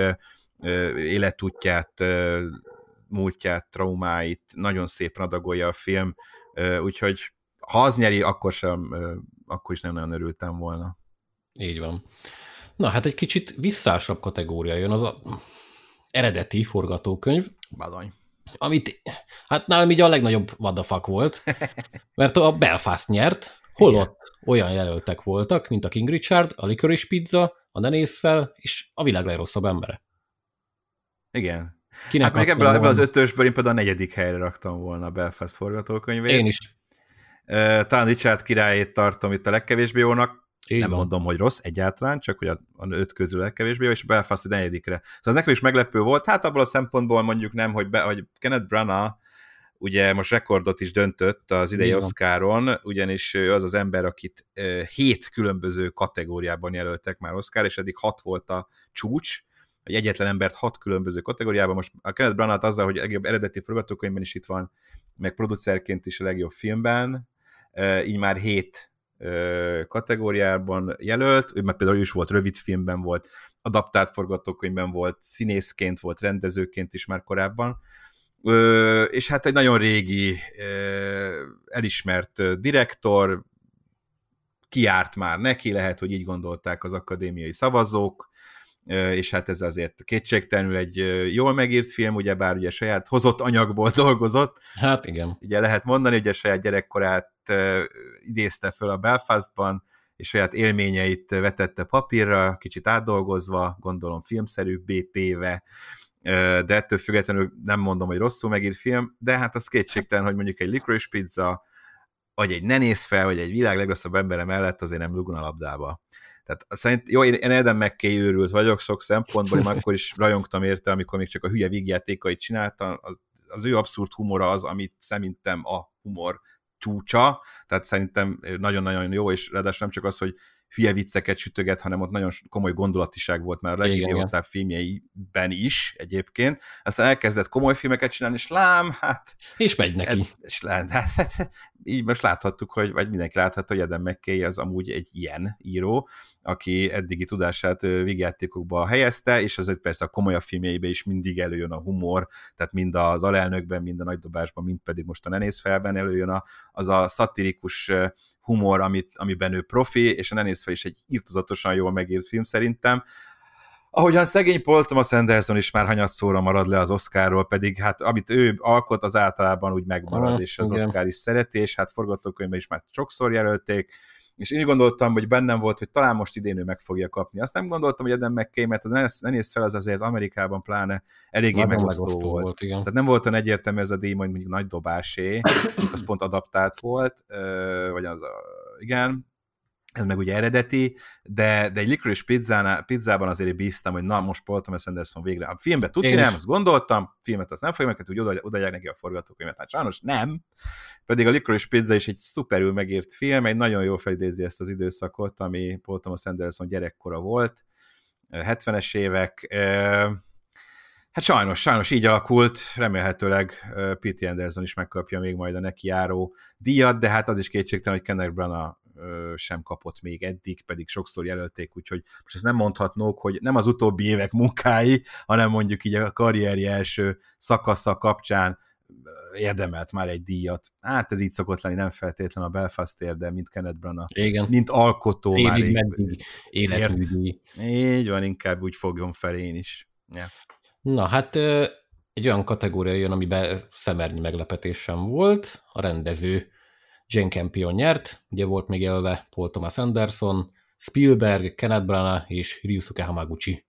életútját, múltját, traumáit, nagyon szépen adagolja a film, úgyhogy ha az nyeri, akkor sem, akkor is nagyon-nagyon örültem volna. Így van. Na, hát egy kicsit visszásabb kategória jön, az a eredeti forgatókönyv. Badony. Amit, hát nálam így a legnagyobb what the fuck volt, mert a Belfast nyert, holott olyan jelöltek voltak, mint a King Richard, a Licorice Pizza, a Ne nézz fel, és a világ legrosszabb embere. Igen. Kinek hát még ebből, ebből az ötösből én például a negyedik helyre raktam volna a Belfast forgatókönyvét. Én is. Talán Richard királyét tartom itt a legkevésbé jónak. Így nem van. Mondom, hogy rossz egyáltalán, csak hogy a, a öt közül a legkevésbé jó, és a Belfast a negyedikre. Szóval ez nekem is meglepő volt. Hát abból a szempontból mondjuk nem, hogy, be, hogy Kenneth Branagh ugye most rekordot is döntött az idei Oscaron, ugyanis ő az az ember, akit hét különböző kategóriában jelöltek már Oscar, és eddig hat volt a csúcs, hogy egyetlen embert hat különböző kategóriában. Most a Kenneth Branagh azzal, hogy a legjobb eredeti forgatókönyvben is itt van, meg producerként is a legjobb filmben, így már hét kategóriában jelölt, ő már például is volt rövid filmben, volt adaptált forgatókönyvben, volt színészként, volt rendezőként is már korábban, és hát egy nagyon régi, elismert direktor, kiárt már neki, lehet, hogy így gondolták az akadémiai szavazók, és hát ez azért kétségtelenül egy jól megírt film, ugyebár ugye saját hozott anyagból dolgozott. Hát igen. Ugye lehet mondani, hogy a saját gyerekkorát idézte föl a Belfastban, és saját élményeit vetette papírra, kicsit átdolgozva, gondolom filmszerűbbé téve, de ettől függetlenül nem mondom, hogy rosszul megírt film, de hát az kétségtelen, hogy mondjuk egy Licorice Pizza, vagy egy Ne nézz fel, vagy egy világ legrosszabb embere mellett azért nem rúgna a labdába. Tehát szerint, jó, én Adam McKay őrült vagyok sok szempontból, én akkor is rajongtam érte, amikor még csak a hülye vígjátékait csináltam, az, az ő abszurd humora az, amit szerintem a humor csúcsa, tehát szerintem nagyon-nagyon jó, és ráadásul nem csak az, hogy hülye vicceket sütöget, hanem ott nagyon komoly gondolatiság volt már a legidiótább filmjeiben is egyébként. Aztán elkezdett komoly filmeket csinálni, és lám, hát... És megy neki. Ez, és lám, hát, így most láthattuk, hogy, vagy mindenki láthatta, hogy Adam McKay az amúgy egy ilyen író, aki eddigi tudását vígjátékokba helyezte, és azért persze a komolyabb filmjeiben is mindig előjön a humor, tehát mind az Alelnökben, mind a Nagydobásban, mind pedig most a Ne nézz felben előjön a, az a szatirikus humor, amit, amiben ő profi, és a Ne nézz fel is egy irtozatosan jól megírt film szerintem. Ahogyan szegény Paul Thomas Anderson is már hanyatszóra marad le az Oscarról, pedig hát amit ő alkot, az általában úgy megmarad, ah, és az igen. Oscar is szereti, és hát forgatókönyvben is már sokszor jelölték, és én gondoltam, hogy bennem volt, hogy talán most idén ő meg fogja kapni. Azt nem gondoltam, hogy Adam McKay, mert az ne nézd fel, az azért Amerikában pláne eléggé Nagyon megosztó, megosztó volt. volt igen. Tehát nem volt olyan egyértelmű ez a díj, hogy mondjuk nagy dobásé, az pont adaptált volt, vagy az, igen, ez meg ugye eredeti, de, de egy Licorice pizzánál, pizzában azért bíztam, hogy na, most Paul Thomas Anderson végre. A filmben tudni nem, azt gondoltam, filmet azt nem fogja meg, hogy oda, odaadják neki a forgatókönyvet. Hát sajnos nem, pedig a Licorice Pizza is egy szuperül megírt film, egy nagyon jól felidézi ezt az időszakot, ami Paul Thomas Anderson gyerekkora volt, hetvenes évek. Hát sajnos, sajnos így alakult, remélhetőleg P T Anderson is megkapja még majd a neki járó díjat, de hát az is kétségtelen, hogy Kenneth Branagh sem kapott még eddig, pedig sokszor jelölték, úgyhogy most ezt nem mondhatnók, hogy nem az utóbbi évek munkái, hanem mondjuk így a karrierje első szakasza kapcsán érdemelt már egy díjat. Hát ez így szokott lenni, nem feltétlen a Belfastért, de mint Kenneth Branagh, igen. mint alkotó Évig már meddig életműdíj. Így van, inkább úgy fogjon fel én is. Yeah. Na hát egy olyan kategória jön, amiben szemernyi meglepetés sem volt, a rendező Jane Campion nyert, ugye volt még jelölve Paul Thomas Anderson, Spielberg, Kenneth Branagh és Ryusuke Hamaguchi.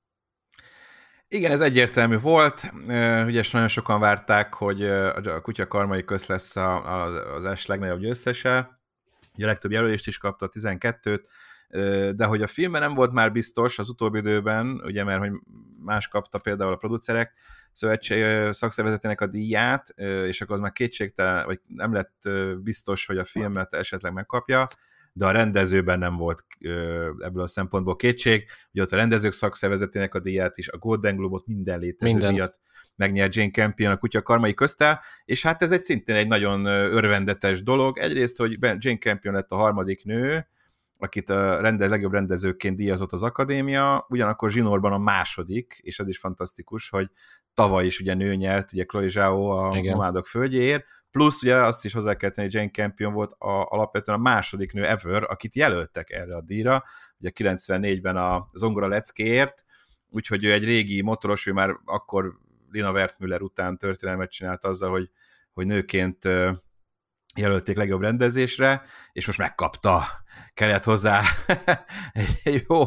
Igen, ez egyértelmű volt, ugye nagyon sokan várták, hogy a Kutya Karmai Közt lesz az es legnagyobb győztese, ugye a legtöbb jelölést is kapta, tizenkettőt, de hogy a filmben nem volt már biztos az utóbbi időben, ugye mert hogy más kapta például a producerek szövetség szakszervezetének a díját, és akkor az már kétségtelen, vagy nem lett biztos, hogy a filmet esetleg megkapja, de a rendezőben nem volt ebből a szempontból kétség, hogy ott a rendezők szakszervezetének a díját is, a Golden Globe-ot, minden létező minden. díjat megnyert Jane Campion a Kutya Karmai Közttel, és hát ez egy szintén egy nagyon örvendetes dolog. Egyrészt, hogy Jane Campion lett a harmadik nő, akit a rendez, legjobb rendezőként díjazott az akadémia, ugyanakkor zsinórban a második, és ez is fantasztikus, hogy tavaly is ugye nő nyert, ugye Chloe Zhao a Nomádok földjéért, plusz ugye azt is hozzá kell tenni, hogy Jane Campion volt a, alapvetően a második nő ever, akit jelöltek erre a díjra, ugye kilencvennégyben a Zongora leckéért, úgyhogy ő egy régi motoros, ő már akkor Lina Wertmüller után történelmet csinált azzal, hogy, hogy nőként jelölték legjobb rendezésre, és most megkapta. Kellett hozzá egy jó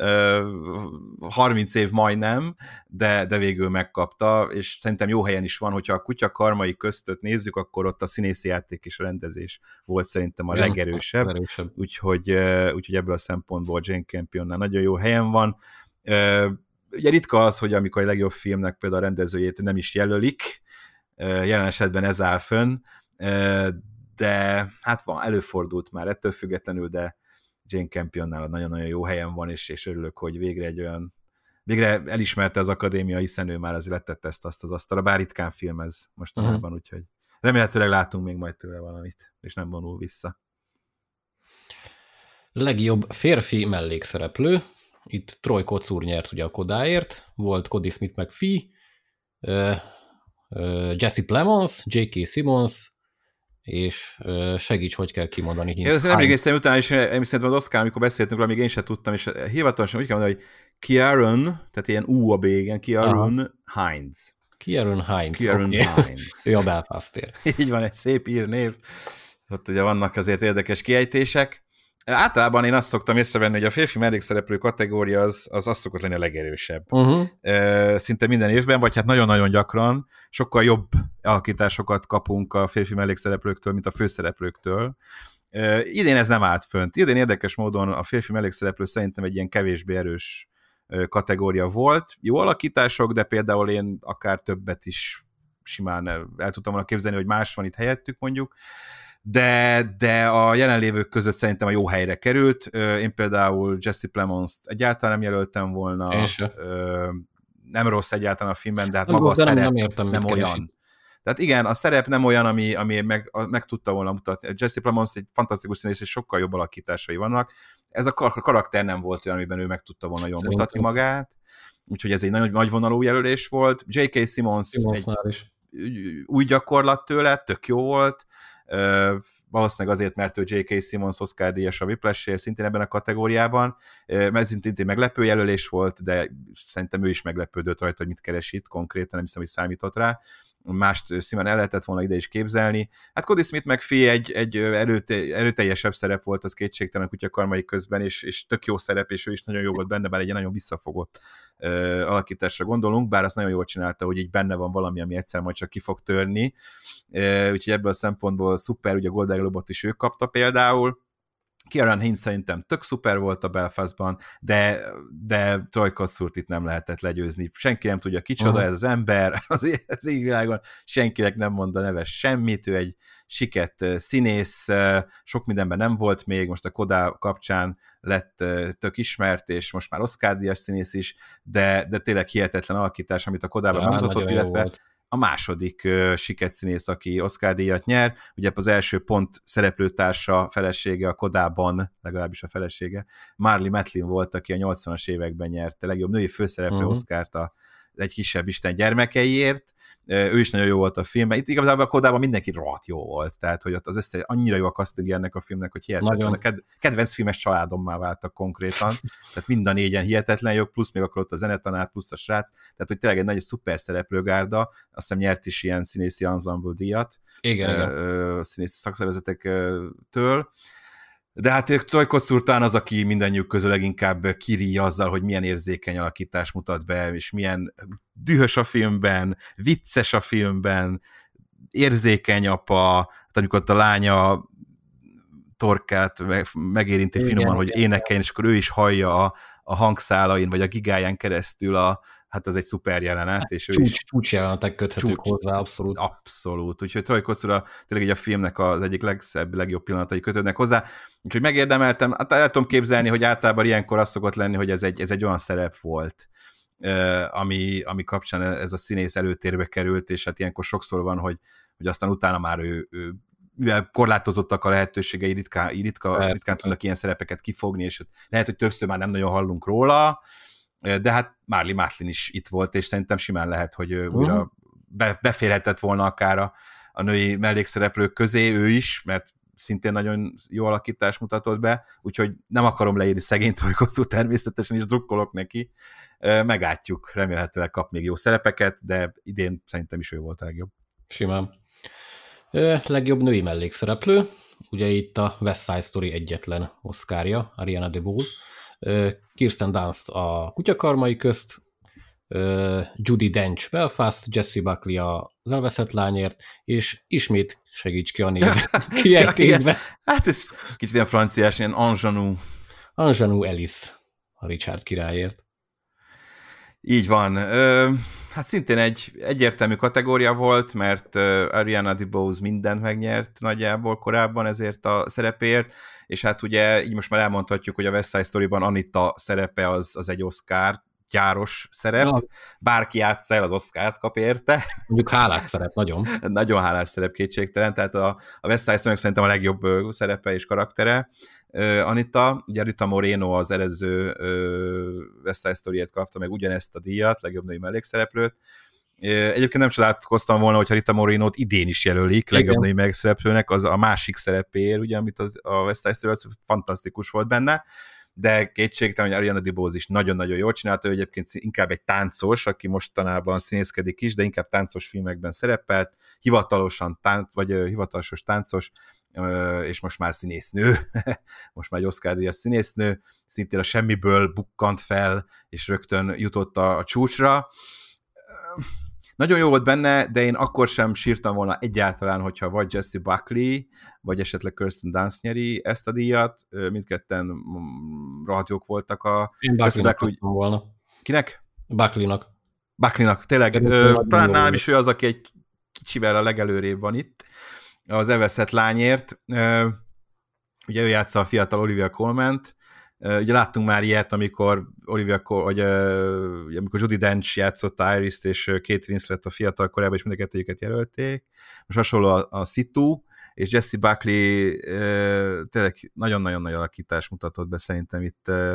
harminc év majdnem, de, de végül megkapta, és szerintem jó helyen is van, hogyha a Kutya Karmai Köztöt nézzük, akkor ott a színészi játék és a rendezés volt szerintem a legerősebb, úgyhogy, úgyhogy ebből a szempontból Jane Campionnál nagyon jó helyen van. Ugye ritka az, hogy amikor a legjobb filmnek például a rendezőjét nem is jelölik, jelen esetben ez áll fönn, de hát van, előfordult már ettől függetlenül, de Jane Campionnál nagyon-nagyon jó helyen van, és, és örülök, hogy végre egy olyan, végre elismerte az akadémia, hiszen ő már azért letette ezt azt az asztalra, bár ritkán film ez mostanában, uh-huh. úgyhogy remélhetőleg látunk még majd tőle valamit, és nem vonul vissza. Legjobb férfi mellékszereplő, itt Troy Kotsur nyert ugye a Kodáért, volt Cody Smith McPhee, uh, uh, Jesse Plemons, J K. Simmons, és uh, segíts, hogy kell kimondani. Én azért nem néztem utána, és én szerintem az Oscar, amikor beszéltünk róla, még én sem tudtam, és hivatalosan úgy kell mondani, hogy Kieran, tehát ilyen U a bégen, Kieran Hines. Kieran Hines. Kieran okay. Hines. Ő a Belfastér. Így van, egy szép írnév. Ott ugye vannak azért érdekes kiejtések. Általában én azt szoktam észrevenni, hogy a férfi mellékszereplő kategória az, az azt szokott lenni a legerősebb. Uh-huh. Szinte minden évben, vagy hát nagyon-nagyon gyakran sokkal jobb alakításokat kapunk a férfi mellékszereplőktől, mint a főszereplőktől. Idén ez nem állt fönt. Idén érdekes módon a férfi mellékszereplő szerintem egy ilyen kevésbé erős kategória volt. Jó alakítások, de például én akár többet is simán el tudtam volna képzelni, hogy más van itt helyettük mondjuk. De, de a jelenlévők között szerintem a jó helyre került. Én például Jesse Plemons-t egyáltalán nem jelöltem volna. Nem rossz egyáltalán a filmben, de hát nem maga a szerep nem, értem, nem olyan. Keresi. Tehát igen, a szerep nem olyan, ami, ami meg, meg tudta volna mutatni. Jesse Plemons egy fantasztikus színész, és sokkal jobb alakításai vannak. Ez a karakter nem volt olyan, amiben ő meg tudta volna jól szerintem mutatni magát. Úgyhogy ez egy nagy, nagy vonalú jelölés volt. J K. Simmons egy új gyakorlat tőle, tök jó volt. valószínűleg azért, mert ő jé ká. Simmons Oscar-díjas a Whiplash-ért, szintén ebben a kategóriában. Ez szintén meglepő jelölés volt, de szerintem ő is meglepődött rajta, hogy mit keres itt konkrétan, nem hiszem, hogy számított rá. Mást szíven el lehetett volna ide is képzelni. Hát Cody Smith McPhee egy, egy erőte, erőteljesebb szerep volt, az kétségtelen Kutyakarmai közben, és, és tök jó szerep, és ő is nagyon jó volt benne, bár egy nagyon visszafogott uh, alakításra gondolunk, bár azt nagyon jól csinálta, hogy így benne van valami, ami egyszer majd csak ki fog törni. Uh, úgyhogy ebből a szempontból szuper, ugye a Golden Globe-ot is ő kapta például. Kieran Hinds szerintem tök szuper volt a Belfastban, de, de Troy Kotsurt itt nem lehetett legyőzni. Senki nem tudja, kicsoda uh-huh. ez az ember az, az égvilágon, senkinek nem mond a neve semmit, ő egy siket színész, sok mindenben nem volt még, most a Koda kapcsán lett tök ismert, és most már Oscar-díjas színész is, de, de tényleg hihetetlen alakítás, amit a Kodában bemutatott, illetve a második uh, siket színész, aki Oscar-díjat nyer, ugye az első pont szereplőtársa, felesége a Kodában, legalábbis a felesége, Marlee Matlin volt, aki a nyolcvanas években nyerte legjobb női főszereplő uh-huh. Oscart a egy kisebb isten gyermekeiért, ő is nagyon jó volt a filmben. Itt igazából a Kodában mindenki rohadt jó volt, tehát hogy ott az össze annyira jó a casting ennek a filmnek, hogy hihetetlen. A ked- kedvenc filmes családommá váltak konkrétan, tehát mind a négyen hihetetlen jók, plusz még akkor ott a zenetanár, plusz a srác, tehát hogy tényleg egy nagy szuper szereplőgárda, azt hiszem nyert is ilyen színészi ensemble díjat, igen, ö, igen. Ö, színészi szakszervezetektől. De hát Troy Kotsur talán az, aki mindannyiuk közül leginkább kiríj azzal, hogy milyen érzékeny alakítás mutat be, és milyen dühös a filmben, vicces a filmben, érzékeny apa, hát amikor ott a lánya torkát megérinti igen, finoman, hogy énekeljen, és akkor ő is hallja a, a hangszálain, vagy a gigáján keresztül a hát az egy szuper jelenet. Hát és ő csúcs, is... csúcs jelenetek köthetők csúcs, hozzá, abszolút. Abszolút. Úgyhogy Troy Kotsura tényleg így a filmnek az egyik legszebb, legjobb pillanatai kötődnek hozzá. Úgyhogy megérdemeltem. Hát el tudom képzelni, hogy általában ilyenkor az szokott lenni, hogy ez egy, ez egy olyan szerep volt, ami, ami kapcsán ez a színész előtérbe került, és hát ilyenkor sokszor van, hogy, hogy aztán utána már ő, ő mivel korlátozottak a lehetőségei, ritkán, ritka, ritkán tudnak ilyen szerepeket kifogni, és lehet, hogy többször már nem nagyon hallunk róla, de hát Marlee Matlin is itt volt, és szerintem simán lehet, hogy uh-huh. újra be, beférhetett volna akár a, a női mellékszereplők közé ő is, mert szintén nagyon jó alakítást mutatott be, úgyhogy nem akarom leírni szegényt, hogy hosszú természetesen is drukkolok neki. Meglátjuk, remélhetőleg kap még jó szerepeket, de idén szerintem is ő volt a legjobb. Simán. Ö, legjobb női mellékszereplő, ugye itt a West Side Story egyetlen Oscarja, Ariana DeBose, Kirsten Dunst a Kutyakarmai közt, Judi Dench Belfast, Jessie Buckley az Elveszett lányért, és ismét segíts ki a név kiejtésbe. Hát ez kicsit ilyen franciás, ilyen Anjanou. Anjanou Ellis a Richard királyért. Így van. Hát szintén egy egyértelmű kategória volt, mert Ariana DeBose mindent megnyert nagyjából korábban ezért a szerepért, és hát ugye így most már elmondhatjuk, hogy a West Side Story-ban Anita szerepe az, az egy Oscar gyáros szerep, ja. Bárki játsza el, az Oscart kap érte. Mondjuk hálás szerep, nagyon. Nagyon hálás szerep, kétségtelen, tehát a, a West Side Story-nak szerintem a legjobb uh, szerepe és karaktere. Uh, Anita, ugye Rita Moreno az előző uh, West Side Story-ért kapta meg ugyanezt a díjat, legjobb női mellékszereplőt. Uh, egyébként nem csodálkoztam volna, hogyha Rita Morenót idén is jelölik igen. legjobb női mellékszereplőnek, az a másik szerepéért, ugye, amit az, a West Side Story fantasztikus volt benne, de kétségtelen, hogy Ariana DeBose is nagyon-nagyon jól csinálta, ő egyébként inkább egy táncos, aki mostanában színészkedik is, de inkább táncos filmekben szerepelt, hivatalosan tánc, vagy hivatalos táncos, és most már színésznő, most már egy Oscar-díjas színésznő, szintén a semmiből bukkant fel, és rögtön jutott a, a csúcsra. Nagyon jó volt benne, de én akkor sem sírtam volna egyáltalán, hogyha vagy Jessie Buckley, vagy esetleg Kirsten Dunst nyeri ezt a díjat. Mindketten rohadt jók voltak a... Én Buckley-nak kaptam volna. Kinek? Buckley-nak. Buckley-nak, tényleg. Ö, talán nálam is ő az, aki egy kicsivel a legelőrébb van itt, az Elveszett lányért. Ö, ugye ő játsza a fiatal Olivia Colmant. Ugye láttunk már ilyet, amikor Olivia, vagy, uh, amikor Judi Dench játszott Iris-t, és Kate Winslet a fiatal korában, és mind a kettőjüket jelölték. Most hasonló a, a Situ, és Jessie Buckley uh, tényleg nagyon-nagyon nagy alakítás mutatott be szerintem itt uh,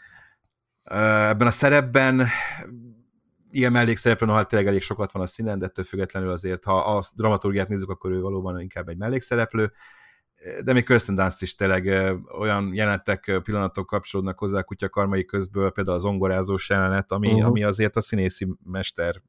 uh, ebben a szerepben. Ilyen mellékszereplő, noha tényleg elég sokat van a színen, de ettől függetlenül azért, ha a dramaturgiát nézzük, akkor ő valóban inkább egy mellékszereplő. de még Kirsten Dunst is tényleg olyan jelenetek, pillanatok kapcsolódnak hozzá a Kutya Karmai közből, például a zongorázós jelenet, ami, uh-huh. ami azért a színészi mester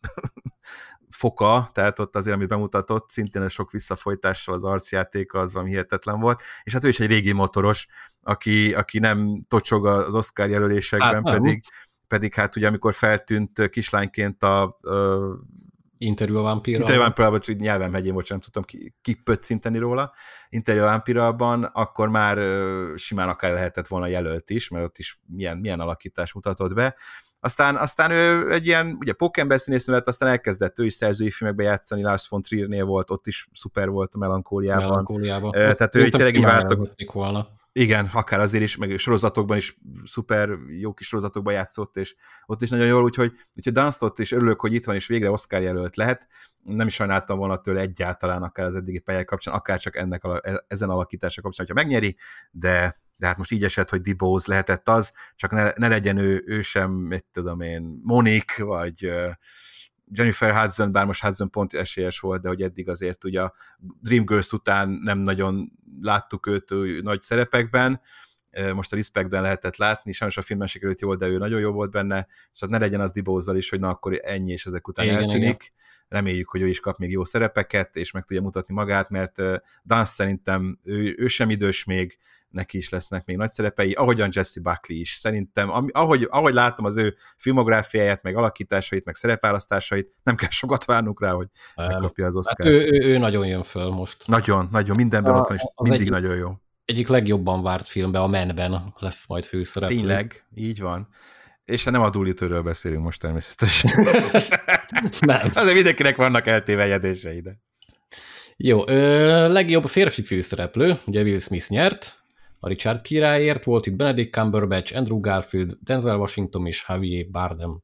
foka, tehát ott azért, amit bemutatott, szintén sok visszafolytással az arcjátéka, az valami hihetetlen volt, és hát ő is egy régi motoros, aki, aki nem tocsog az Oscar jelölésekben, hát, pedig, pedig hát ugye amikor feltűnt kislányként a, a Interjú a vámpírral. Interjú a vámpírral, hogy nyelven megyén, bocsánat, nem tudtam ki, kipöccinteni róla. Interjú a vámpírral, akkor már uh, simán akár lehetett volna jelölt is, mert ott is milyen, milyen alakítás mutatott be. Aztán, aztán ő egy ilyen, ugye pókember színésznő lett, aztán elkezdett ő is szerzői filmekbe játszani, Lars von Triernél volt, ott is szuper volt a Melankóliában. Melankóliában. Uh, tehát ő tényleg így vártak. Volna. Igen, akár azért is, meg sorozatokban is szuper jó kis sorozatokban játszott, és ott is nagyon jól, úgyhogy, úgyhogy Dunstot is örülök, hogy itt van, és végre Oscar jelölt lehet. Nem is sajnáltam volna tőle egyáltalán, akár az eddigi pályák kapcsán, akár csak ennek a, ezen alakítása kapcsán, hogyha megnyeri, de, de hát most így esett, hogy Dibose lehetett az, csak ne, ne legyen ő, ő sem, mit tudom én, Monique, vagy Jennifer Hudson, bár most Hudson pont esélyes volt, de hogy eddig azért ugye a Dreamgirls után nem nagyon láttuk őt nagy szerepekben, most a Respectben lehetett látni, sajnos a filmben sikerült jól, de ő nagyon jó volt benne, szóval ne legyen az Dibose-zal is, hogy na akkor ennyi, és ezek után igen, eltűnik. Igen. Reméljük, hogy ő is kap még jó szerepeket, és meg tudja mutatni magát, mert Dunst szerintem ő, ő sem idős még, neki is lesznek még nagy szerepei, ahogyan Jesse Buckley is. Szerintem, ahogy, ahogy látom az ő filmográfiáját, meg alakításait, meg szerepválasztásait, nem kell sokat várnunk rá, hogy um, megkapja az Oscar. Hát ő, ő, ő nagyon jön föl most. Nagyon, nagyon, mindenben a, ott van, és mindig egyik, nagyon jó. Egyik legjobban várt filmben, a Man-ben lesz majd főszereplő. Tényleg, így van. És hát nem a Doolittle-ről beszélünk most természetesen. Nem. Azért mindenkinek vannak eltévelyedései, de... Jó, ö, legjobb férfi főszereplő, ugye Will Smith nyert, a Richard királyért, volt itt Benedict Cumberbatch, Andrew Garfield, Denzel Washington és Javier Bardem.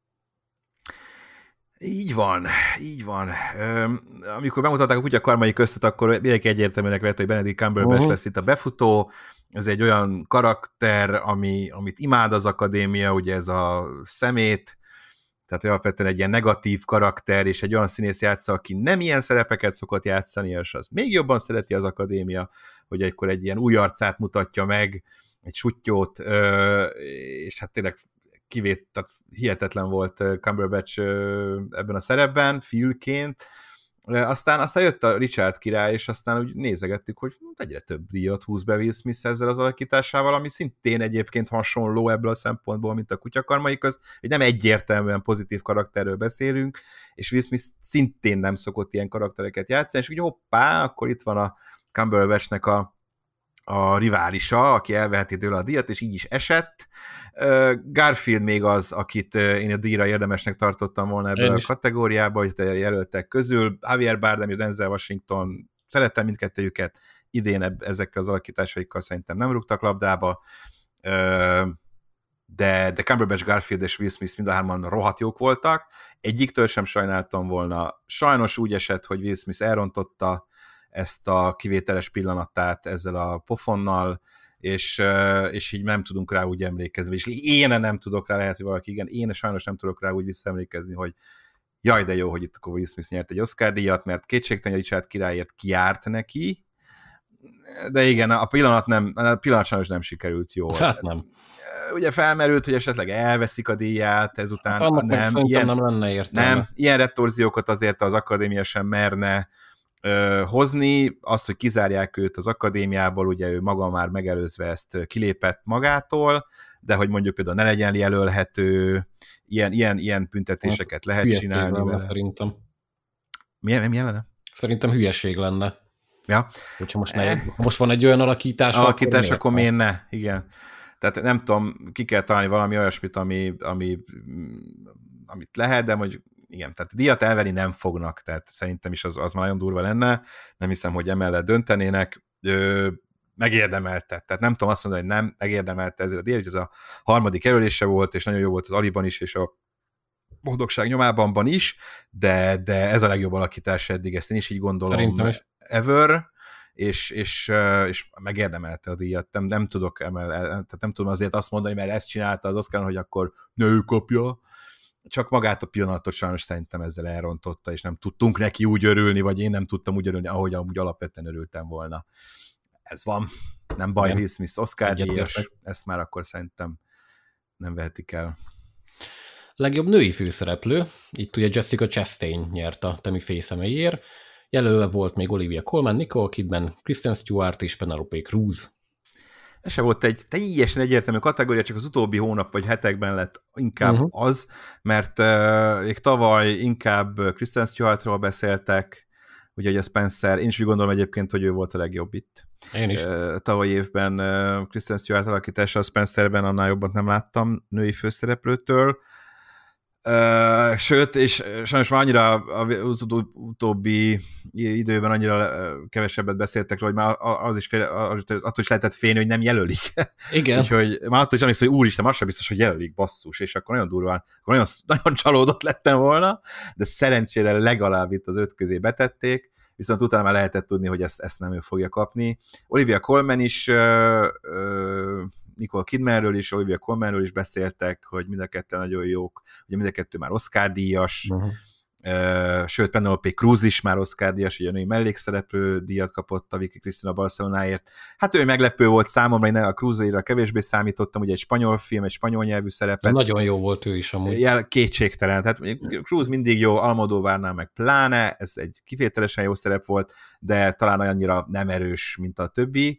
Így van, így van. Üm, amikor bemutatták a Kutya Karmai köztet, akkor mindenki egyértelműnek vett, hogy Benedict Cumberbatch uh-huh. lesz itt a befutó. Ez egy olyan karakter, ami, amit imád az akadémia, ugye ez a szemét, tehát alapvetően egy ilyen negatív karakter, és egy olyan színész játsza, aki nem ilyen szerepeket szokott játszani, és az még jobban szereti az akadémia, hogy akkor egy ilyen új arcát mutatja meg, egy suttyót, és hát tényleg kivét, tehát hihetetlen volt Cumberbatch ebben a szerepben, Philként. Aztán, aztán jött a Richard király, és aztán úgy nézegettük, hogy egyre több díjat húz be Will Smith ezzel az alakításával, ami szintén egyébként hasonló ebből a szempontból, mint a Kutya Karmai közt, hogy nem egyértelműen pozitív karakterről beszélünk, és Will Smith szintén nem szokott ilyen karaktereket játszani, és úgy hoppá, akkor itt van a Cumberbatchnek a a riválisa, aki elveheti tőle a díjat, és így is esett. Garfield még az, akit én a díjra érdemesnek tartottam volna ebben a kategóriában, hogy jelöltek közül. Javier Bardem és Denzel Washington, szerettem mindkettőjüket, idén ezekkel az alakításaikkal szerintem nem rúgtak labdába, de, de Cumberbatch, Garfield és Will Smith mind a hárman rohadt jók voltak. Egyiktől sem sajnáltam volna. Sajnos úgy esett, hogy Will Smith elrontotta ezt a kivételes pillanatát ezzel a pofonnal, és, és így nem tudunk rá úgy emlékezni, és én nem tudok rá, lehet, hogy valaki igen, én sajnos nem tudok rá úgy visszaemlékezni, hogy jaj, de jó, hogy itt akkor Will Smith nyert egy Oscar-díjat, mert kétségtelen, hogy Richard királyért kiárt neki, de igen, a pillanat, nem, a pillanat sajnos nem sikerült jól. Hát nem. Ugye felmerült, hogy esetleg elveszik a díját, ezután hát nem, ilyen, nem lenne értelme. Nem, ilyen retorziókat azért az akadémia sem merne hozni, azt, hogy kizárják őt az akadémiából, ugye ő maga már megelőzve ezt kilépett magától, de hogy mondjuk például ne legyen jelölhető, ilyen, ilyen, ilyen büntetéseket az lehet csinálni vele. Szerintem. Milyen, milyen lenne? Szerintem hülyeség lenne. Ja. Hogyha most, ne, most van egy olyan alakítás, alakítás akkor, akkor miért ne? Igen. Tehát nem tudom, ki kell találni valami olyasmit, ami, ami, amit lehet, de mondjuk igen, tehát díjat elvenni nem fognak, tehát szerintem is az, az már nagyon durva lenne, nem hiszem, hogy emellett döntenének, Ö, megérdemelte, tehát nem tudom azt mondani, hogy nem, megérdemelte ezért a díjat, hogy ez a harmadik jelölése volt, és nagyon jó volt az Aliban is, és a Boldogság nyomában is, de, de ez a legjobb alakítás eddig, ezt én is így gondolom. Szerintem is. Ever, és, és, és megérdemelte a díjat, nem, nem tudok emel, tehát nem tudom azért azt mondani, mert ezt csinálta az Oscaron, hogy akkor ne ő kapja, csak magát a pillanatot sajnos szerintem ezzel elrontotta, és nem tudtunk neki úgy örülni, vagy én nem tudtam úgy örülni, ahogy amúgy alapvetően örültem volna. Ez van. Nem baj, Will Smith Oscar-díjas, ezt már akkor szerintem nem vehetik el. Legjobb női főszereplő, itt ugye Jessica Chastain nyert a Tammy Faye személyéért, jelölve volt még Olivia Colman, Nicole Kidman, Kristen Stewart és Penelope Cruz. Ez se volt egy teljesen egyértelmű kategória, csak az utóbbi hónap vagy hetekben lett inkább uh-huh. az, mert uh, még tavaly inkább Kristen Stewartról beszéltek, ugye hogy a Spencer, én is úgy gondolom egyébként, hogy ő volt a legjobb itt. Én is. Uh, tavaly évben uh, Kristen Stewart alakítása a Spencerben annál jobban nem láttam női főszereplőtől. Uh, sőt, és sajnos már annyira a utóbbi időben annyira kevesebbet beszéltek róla, hogy már az is fél, attól is lehetett félni, hogy nem jelölik. Igen. Úgyhogy már attól is emlékszem, hogy úristen, az sem biztos, hogy jelölik, basszus, és akkor nagyon durván, akkor nagyon, nagyon csalódott lettem volna, de szerencsére legalább itt az öt közé betették, viszont utána már lehetett tudni, hogy ezt, ezt nem ő fogja kapni. Olivia Colman is uh, uh, Nicole Kidmanről is, Olivia Colmanről is beszéltek, hogy mind a ketten nagyon jók, ugye mind a kettő már Oscar-díjas, uh-huh. uh, sőt, Penelope Cruz is már Oscar-díjas, ugye a női mellékszereplő díjat kapott a Vicky Cristina Barcelonáért. Hát ő meglepő volt számomra, én a Cruzra kevésbé számítottam, ugye egy spanyol film, egy spanyol nyelvű szerepet. De nagyon jó volt ő is amúgy. Jel, kétségtelen, tehát Cruz mindig jó, Almodóvárnál meg pláne, ez egy kivételesen jó szerep volt, de talán olyannyira nem erős, mint a többi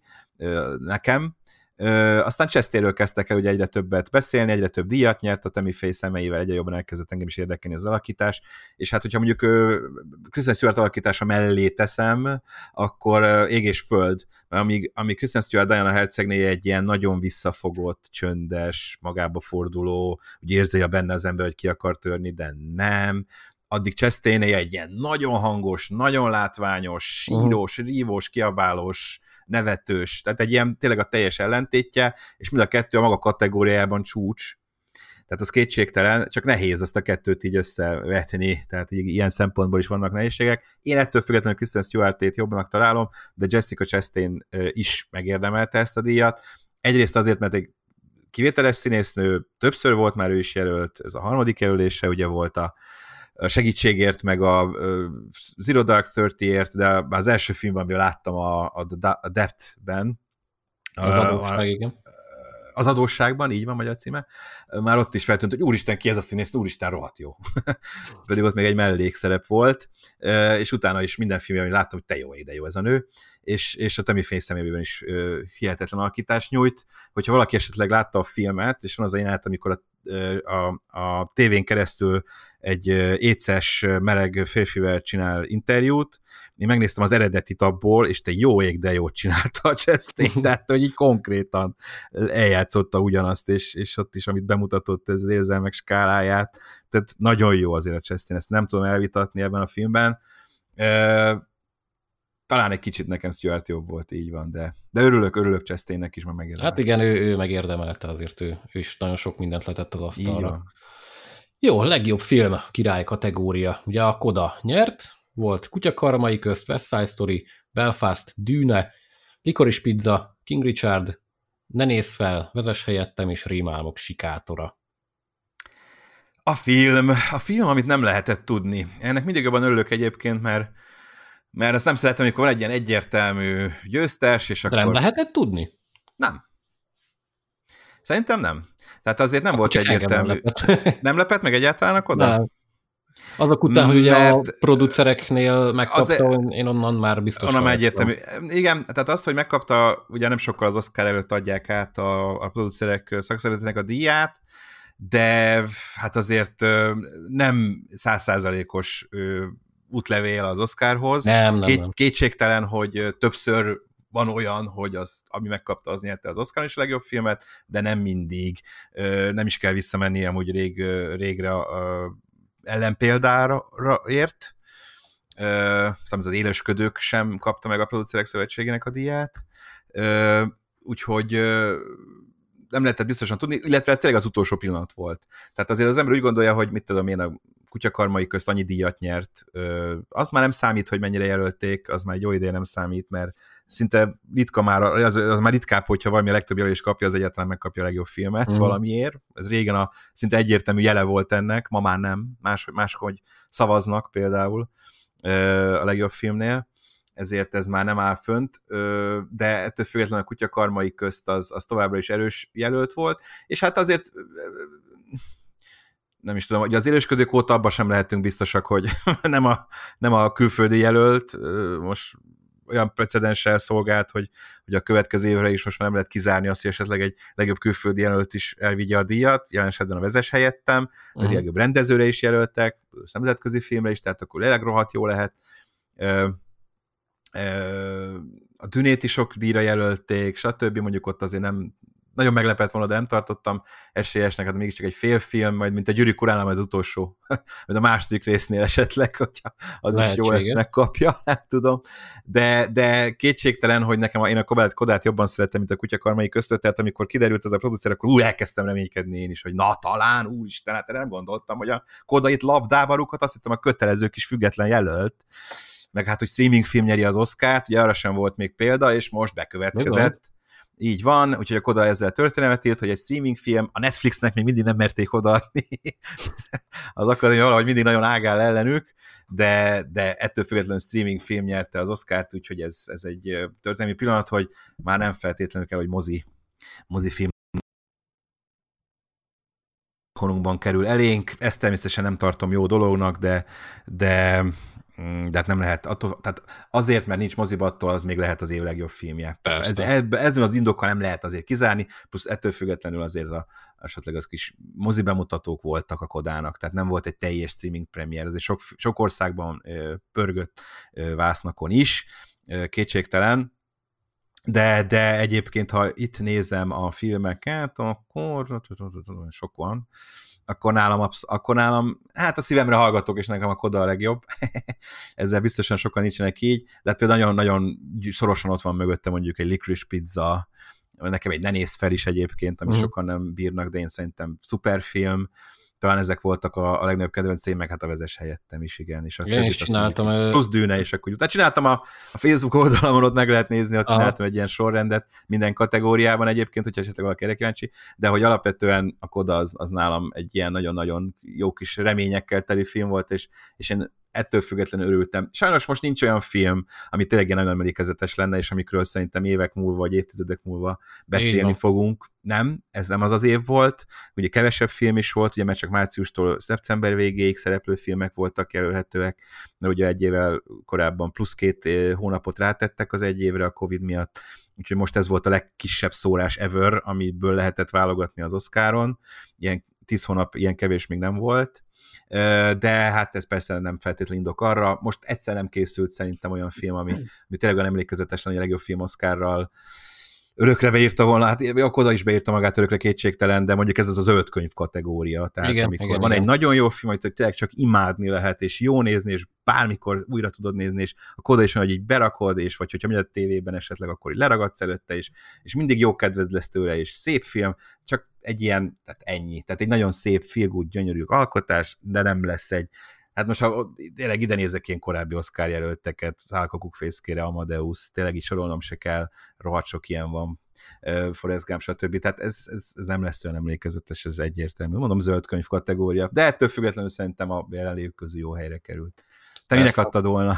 nekem. Ö, aztán Chastainről kezdtek el ugye egyre többet beszélni, egyre több díjat nyert, a Tammy Faye személyével egyre jobban elkezdett engem is érdekelni az alakítás, és hát hogyha mondjuk ö, Kristen Stewart alakítása mellé teszem, akkor ö, ég és föld, mert amíg, amíg Kristen Stewart Diana hercegnéje egy ilyen nagyon visszafogott, csöndes, magába forduló, úgy érzi a benne az ember, hogy ki akar törni, de nem, addig Chastainéje egy ilyen nagyon hangos, nagyon látványos, sírós, rívós, kiabálós, nevetős, tehát egy ilyen tényleg a teljes ellentétje, és mind a kettő a maga kategóriájában csúcs, tehát az kétségtelen, csak nehéz ezt a kettőt így összevetni, tehát így ilyen szempontból is vannak nehézségek. Én ettől függetlenül Kristen Stewart-ét jobbnak találom, de Jessica Chastain is megérdemelte ezt a díjat. Egyrészt azért, mert egy kivételes színésznő, többször volt már ő is jelölt, ez a harmadik jelölése ugye volt a segítségért, meg a Zero Dark Thirty-ért, de az első filmben, amivel láttam a, a Depth-ben. Az adósság, igen. Az adósságban, így van magyar címe, már ott is feltűnt, hogy úristen, ki ez a színész, úristen, rohadt jó. Pedig ott még egy mellékszerep volt, és utána is minden filmben láttam, hogy te jó, de jó ez a nő, és, és a Tammy Faye személyében is hihetetlen alakítást nyújt. Hogyha valaki esetleg látta a filmet, és van az a jelenet, amikor a A, a tévén keresztül egy éces meleg férfivel csinál interjút. Én megnéztem az eredetit abból, és te jó ég, de jót csinálta a Chastain, tehát hogy így konkrétan eljátszotta ugyanazt, és, és ott is, amit bemutatott, ez az érzelmek skáláját, tehát nagyon jó azért a Chastain, ezt nem tudom elvitatni ebben a filmben. E, talán egy kicsit nekem Stewart jobb volt, így van, de, de örülök, örülök Chastainnek is, mert megérdemelte. Hát igen, ő, ő megérdemelte azért, ő, ő is nagyon sok mindent letett az asztalra. Jó, legjobb film király kategória. Ugye a Coda nyert, volt Kutyakarmai közt, West Side Story, Belfast, Dűne, Licorice Pizza, King Richard, Ne nézz fel, Vezess helyettem, és Rémálmok sikátora. A film, a film, amit nem lehetett tudni. Ennek mindig jobban örülök egyébként, mert mert azt nem szeretem, amikor van egy ilyen egyértelmű győztes, és de akkor... nem lehetett tudni? Nem. Szerintem nem. Tehát azért nem akkor volt egyértelmű. Nem lepett. Nem lepett meg egyáltalán akkor? Nem. Azok után, hogy ugye mert a producereknél megkapta, az, én onnan már biztos. Onnan már egyértelmű. Igen, tehát az, hogy megkapta, ugye nem sokkal az Oscar előtt adják át a, a producerek szakszervezetének a díját, de hát azért nem száz százalékos útlevél az Oscarhoz. Nem, nem, Két, nem. Kétségtelen, hogy többször van olyan, hogy az, ami megkapta, az nyerte az Oscaron is a legjobb filmet, de nem mindig. Nem is kell visszamenni amúgy rég, régre ellenpéldára ért. Szóval az Élősködők sem kapta meg a Producerek Szövetségének a díját. Úgyhogy nem lehetett biztosan tudni, illetve ez tényleg az utolsó pillanat volt. Tehát azért az ember úgy gondolja, hogy mit tudom én, a kutyakarmai közt annyi díjat nyert. Az már nem számít, hogy mennyire jelölték, az már egy jó ideje nem számít, mert szinte ritka már, az, az már ritkább, hogyha valami a legtöbb jelölés kapja, az egyáltalán megkapja a legjobb filmet mm. valamiért. Ez régen a szinte egyértelmű jele volt ennek, ma már nem. Más, máshogy szavaznak például a legjobb filmnél, ezért ez már nem áll fönt, de ettől függetlenül a kutyakarmai közt az, az továbbra is erős jelölt volt, és hát azért nem is tudom, hogy az élősködők óta abban sem lehetünk biztosak, hogy nem a, nem a külföldi jelölt, most olyan precedenssel szolgált, hogy, hogy a következő évre is most már nem lehet kizárni azt, hogy esetleg egy legjobb külföldi jelölt is elvigye a díjat, jelen esetben a Vezess helyettem, uh-huh. a legjobb rendezőre is jelöltek, nemzetközi filmre is, tehát akkor léleg rohadt jó lehet. Ö, ö, a Dünét is sok díjra jelölték, stb. Mondjuk ott azért nem nagyon meglepett volna, de nem tartottam esélyesnek, hát mégiscsak egy félfilm, majd mint a Gyűrűk uránál az utolsó, vagy a második résznél esetleg, hogyha az Lehetsége. Is jó ezt megkapja, nem tudom. De, de kétségtelen, hogy nekem a, én a Kodát, Kodát jobban szerettem, mint a Kutyakarmai között, tehát amikor kiderült ez a producer, akkor úgy elkezdtem reménykedni én is, hogy na talán, úristen, hát nem gondoltam, hogy a Koda itt labdába rúghat, azt hittem a kötelező kis független jelölt, meg hát, hogy streaming film nyeri az Oscart, ugye arra sem volt még példa, és most bekövetkezett. Így van, úgyhogy a Koda ezzel történelmet írt, hogy egy streaming film, a Netflixnek még mindig nem merték odaadni, az akadémia valahogy mindig nagyon ágál ellenük, de, de ettől függetlenül streaming film nyerte az Oscart, úgyhogy ez, ez egy történelmi pillanat, hogy már nem feltétlenül kell, hogy mozi, mozifilm honunkban kerül elénk. Ezt természetesen nem tartom jó dolognak, de, de de hát nem lehet, attól, tehát azért, mert nincs moziba, attól az még lehet az év legjobb filmje. Ez, ezen az indokkal nem lehet azért kizárni, plusz ettől függetlenül azért a, esetleg az kis mozi bemutatók voltak a Kodának, tehát nem volt egy teljes streaming premier, azért sok, sok országban ö, pörgött ö, vásznakon is, ö, kétségtelen, de, de egyébként, ha itt nézem a filmeket, akkor sok van, akkor nálam, absz- akkor nálam, hát a szívemre hallgatok, és nekem a Koda a legjobb. Ezzel biztosan sokan nincsenek így, de hát például nagyon-nagyon szorosan ott van mögötte mondjuk egy Licorice Pizza, nekem egy Ne nézz fel is egyébként, amit uh-huh. sokan nem bírnak, de én szerintem szuperfilm. Talán ezek voltak a, a legnagyobb kedvenceim, meg hát a Vezess helyettem is, igen. És én is csináltam. Mondjuk, plusz Dűne, és akkor utána csináltam a, a Facebook oldalamon, ott meg lehet nézni, ott Aha. csináltam egy ilyen sorrendet minden kategóriában egyébként, hogyha esetleg valaki erre kíváncsi, de hogy alapvetően a Koda az, az nálam egy ilyen nagyon-nagyon jó kis reményekkel teli film volt, és, és én ettől függetlenül örültem. Sajnos most nincs olyan film, ami tényleg nagyon emlékezetes lenne, és amikről szerintem évek múlva, vagy évtizedek múlva beszélni fogunk. Nem, ez nem az az év volt. Ugye kevesebb film is volt, ugye mert csak márciustól szeptember végéig szereplő filmek voltak jelölhetőek, mert ugye egy évvel korábban plusz két hónapot rátettek az egy évre a Covid miatt, úgyhogy most ez volt a legkisebb szórás ever, amiből lehetett válogatni az Oscaron. Ilyen tíz hónap, ilyen kevés még nem volt, de hát ez persze nem feltétlenül indok arra. Most egyszer nem készült szerintem olyan film, ami, ami tényleg olyan emlékezetesen, hogy a legjobb film Oscarral örökre beírta volna, hát a Koda is beírta magát örökre, kétségtelen, de mondjuk ez az a zöld könyv kategória, tehát igen, amikor igen, van igen. egy nagyon jó film, amit tényleg csak imádni lehet, és jó nézni, és bármikor újra tudod nézni, és a Koda is olyan, hogy így berakod, és vagy hogyha megy a tévében esetleg, akkor így leragadsz előtte, és, és mindig jó kedved lesz tőle, és szép film, csak egy ilyen, tehát ennyi, tehát egy nagyon szép, feel good, gyönyörű alkotás, de nem lesz egy. Hát most ha tényleg ide nézek ilyen korábbi Oscar jelölteket, Szálkakuk fészkére, Amadeus, tényleg így sorolnom se kell, rohadt sok ilyen van, uh, Forrest Gump, stb. Tehát ez, ez, ez nem lesz olyan emlékezetes, ez egyértelmű. Mondom, zöld könyv kategória, de ettől függetlenül szerintem a jelenlévők közül jó helyre került. Te minek adtad volna?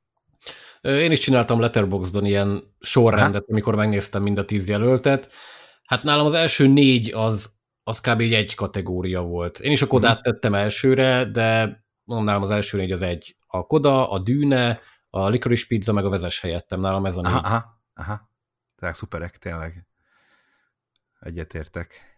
Én is csináltam Letterboxdon ilyen sorrendet, Aha. amikor megnéztem mind a tíz jelöltet. Hát nálam az első négy az, az kb. Egy kategória volt. Én is a Kodát uh-huh. tettem elsőre, de mondom, nálam az első négy az egy. A Koda, a Dűne, a Licorice Pizza, meg a Vezess helyettem. Nálam ez a négy. Aha, aha, aha. Tehát szuperek, tényleg. Egyetértek.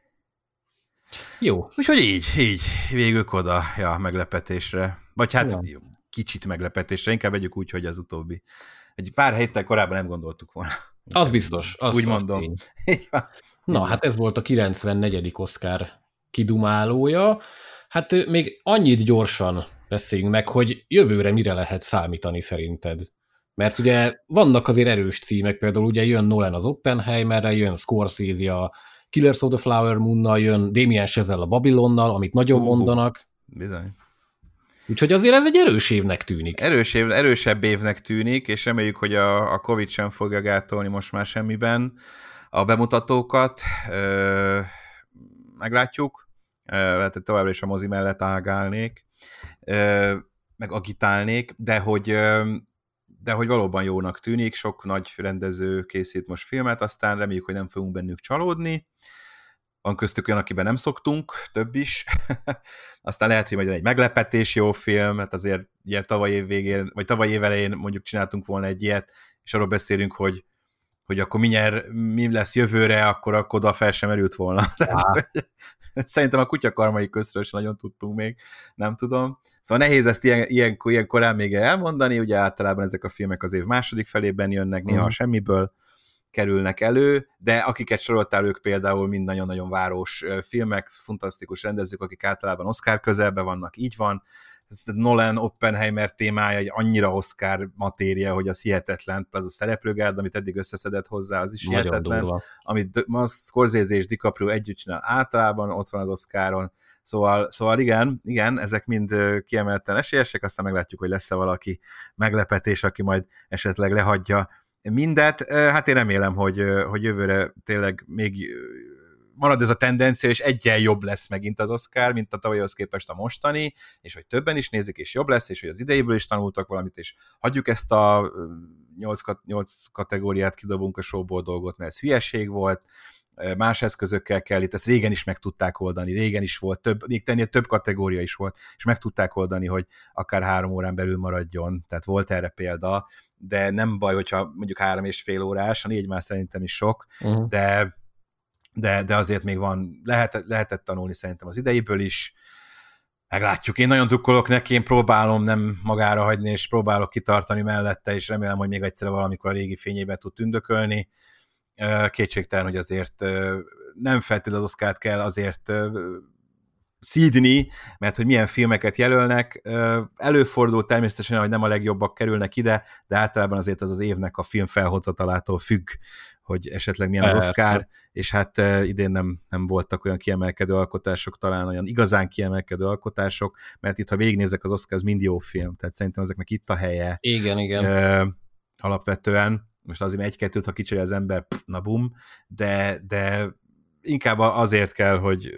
Jó. Úgyhogy így, így, végül Koda, ja, meglepetésre. Vagy hát ja. kicsit meglepetésre, inkább vegyük úgy, hogy az utóbbi. Egy pár héttel korábban nem gondoltuk volna. Az biztos. Az, úgy mondom. Na, hát ez volt a kilencvennegyedik Oscar kidumálója. Hát még annyit gyorsan beszéljünk meg, hogy jövőre mire lehet számítani szerinted? Mert ugye vannak azért erős címek, például ugye jön Nolan az Oppenheimerrel, jön Scorsese a Killers of the Flower Moon-nal, jön Damien Chazelle a Babylonnal, amit nagyon uh, mondanak. Bizony. Úgyhogy azért ez egy erős évnek tűnik. Erős év, erősebb évnek tűnik, és reméljük, hogy a, a Covid sem fogja gátolni most már semmiben a bemutatókat. Ö, meglátjuk. Ö, lehet, hogy továbbra is a mozi mellett ágálnék, ö, meg agitálnék, de hogy, ö, de hogy valóban jónak tűnik, sok nagy rendező készít most filmet, aztán reméljük, hogy nem fogunk bennük csalódni. Van köztük olyan, akiben nem szoktunk, több is. Aztán lehet, hogy majd egy meglepetés jó film, hát azért ilyen tavaly év végén, vagy tavaly év elején mondjuk csináltunk volna egy ilyet, és arról beszélünk, hogy, hogy akkor mi, nyer, mi lesz jövőre, akkor, akkor oda fel sem erült volna. Tehát, szerintem a kutyakarmai közről sem nagyon tudtunk még, nem tudom. Szóval nehéz ezt ilyen, ilyen, ilyen korán még elmondani, ugye általában ezek a filmek az év második felében jönnek, néha uh-huh. semmiből kerülnek elő, de akiket soroltál, ők például mind nagyon-nagyon város filmek, fantasztikus rendezők, akik általában Oscar közelben vannak, így van. Ez a Nolan Oppenheimer témája egy annyira Oscar matéria, hogy az hihetetlen, az a szereplőgárd, amit eddig összeszedett hozzá, az is nagyon hihetetlen. Durva. Amit Scorsese és DiCaprio együtt csinál általában, ott van az Oscaron. Szóval, szóval igen, igen, ezek mind kiemelten esélyesek, aztán meglátjuk, hogy lesz-e valaki meglepetés, aki majd esetleg lehagyja mindet. Hát én remélem, hogy, hogy jövőre tényleg még marad ez a tendencia, és egyen jobb lesz megint az Oscar, mint a tavalyhoz képest a mostani, és hogy többen is nézik, és jobb lesz, és hogy az idejéből is tanultak valamit, és hagyjuk ezt a nyolc kategóriát, kidobunk a showból dolgot, mert ez hülyeség volt, más eszközökkel kell itt, ezt régen is meg tudták oldani, régen is volt több, még tennél több kategória is volt, és meg tudták oldani, hogy akár három órán belül maradjon, tehát volt erre példa, de nem baj, hogyha mondjuk három és fél órás, a négy már szerintem is sok, uh-huh. de, de, de azért még van, lehet, lehetett tanulni szerintem az idejéből is, meglátjuk, én nagyon drukkolok neki, én próbálom nem magára hagyni, és próbálok kitartani mellette, és remélem, hogy még egyszer valamikor a régi fényében tud tündökölni. Kétségtelen, hogy azért nem feltétlenül az Oscart kell azért szídni, mert hogy milyen filmeket jelölnek. Előfordul természetesen, hogy nem a legjobbak kerülnek ide, de általában azért az az évnek a film felhozatalától függ, hogy esetleg milyen az Oscar, és hát idén nem, nem voltak olyan kiemelkedő alkotások, talán olyan igazán kiemelkedő alkotások, mert itt, ha végignézek az Oscar, az mind jó film, tehát szerintem ezeknek itt a helye. Igen, igen. Ö, alapvetően. Most azért egy-kettőt, ha kicserél az ember, pff, na bum, de, de inkább azért kell, hogy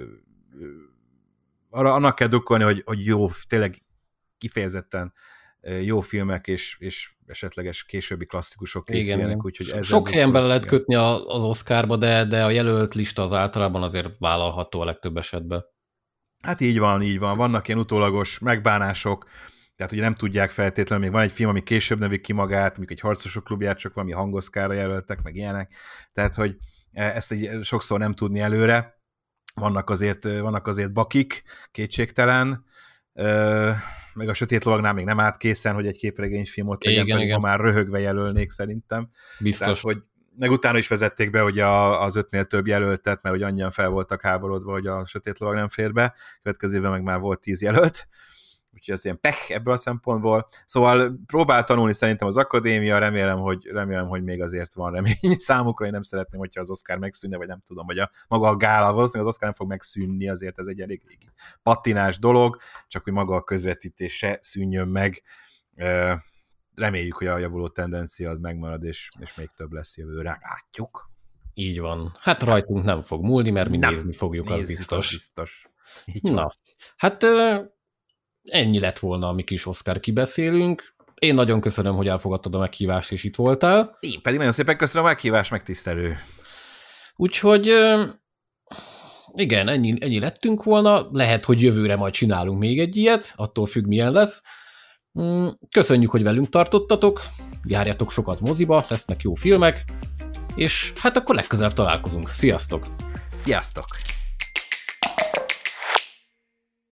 arra, annak kell drukkolni, hogy, hogy jó, tényleg kifejezetten jó filmek és, és esetleges későbbi klasszikusok készüljenek. Úgyhogy sok helyen bele lehet kötni az Oscarba, de, de a jelölt lista az általában azért vállalható a legtöbb esetben. Hát így van, így van. Vannak ilyen utólagos megbánások, tehát ugye nem tudják feltétlenül, még van egy film, ami később nevik ki magát, amik egy harcosok klubját csak valami hangoszkára jelöltek, meg ilyenek, tehát hogy ezt egy, sokszor nem tudni előre, vannak azért, vannak azért bakik, kétségtelen, meg a Sötét Lovagnál még nem állt készen, hogy egy képregényfilm ott legyen, igen, pedig igen. már röhögve jelölnék szerintem. Biztos. Tehát, hogy meg utána is vezették be, hogy a, az ötnél több jelöltet, mert hogy annyian fel voltak háborodva, hogy a Sötét Lovag nem fér be, következő évben meg már volt tíz jelölt, úgyhogy ez ilyen pech ebből a szempontból. Szóval próbál tanulni szerintem az akadémia, remélem, hogy, remélem, hogy még azért van remény számukra, én nem szeretném, hogyha az Oscar megszűnne, vagy nem tudom, hogy a maga a gála, valószínűleg az Oscar nem fog megszűnni, azért ez egy elég patinás dolog, csak hogy maga a közvetítés se szűnjön meg. Reméljük, hogy a javuló tendencia az megmarad, és, és még több lesz jövőre, látjuk. Így van. Hát rajtunk nem fog múlni, mert mi nem. nézni fogjuk, az biztos. Az biztos. Így Na, hát ennyi lett volna a mi kis Oscar kibeszélünk. Én nagyon köszönöm, hogy elfogadtad a meghívást, és itt voltál. Én pedig nagyon szépen köszönöm a meghívást, megtisztelő. Úgyhogy igen, ennyi, ennyi lettünk volna. Lehet, hogy jövőre majd csinálunk még egy ilyet, attól függ, milyen lesz. Köszönjük, hogy velünk tartottatok, járjatok sokat moziba, lesznek jó filmek, és hát akkor legközelebb találkozunk. Sziasztok! Sziasztok!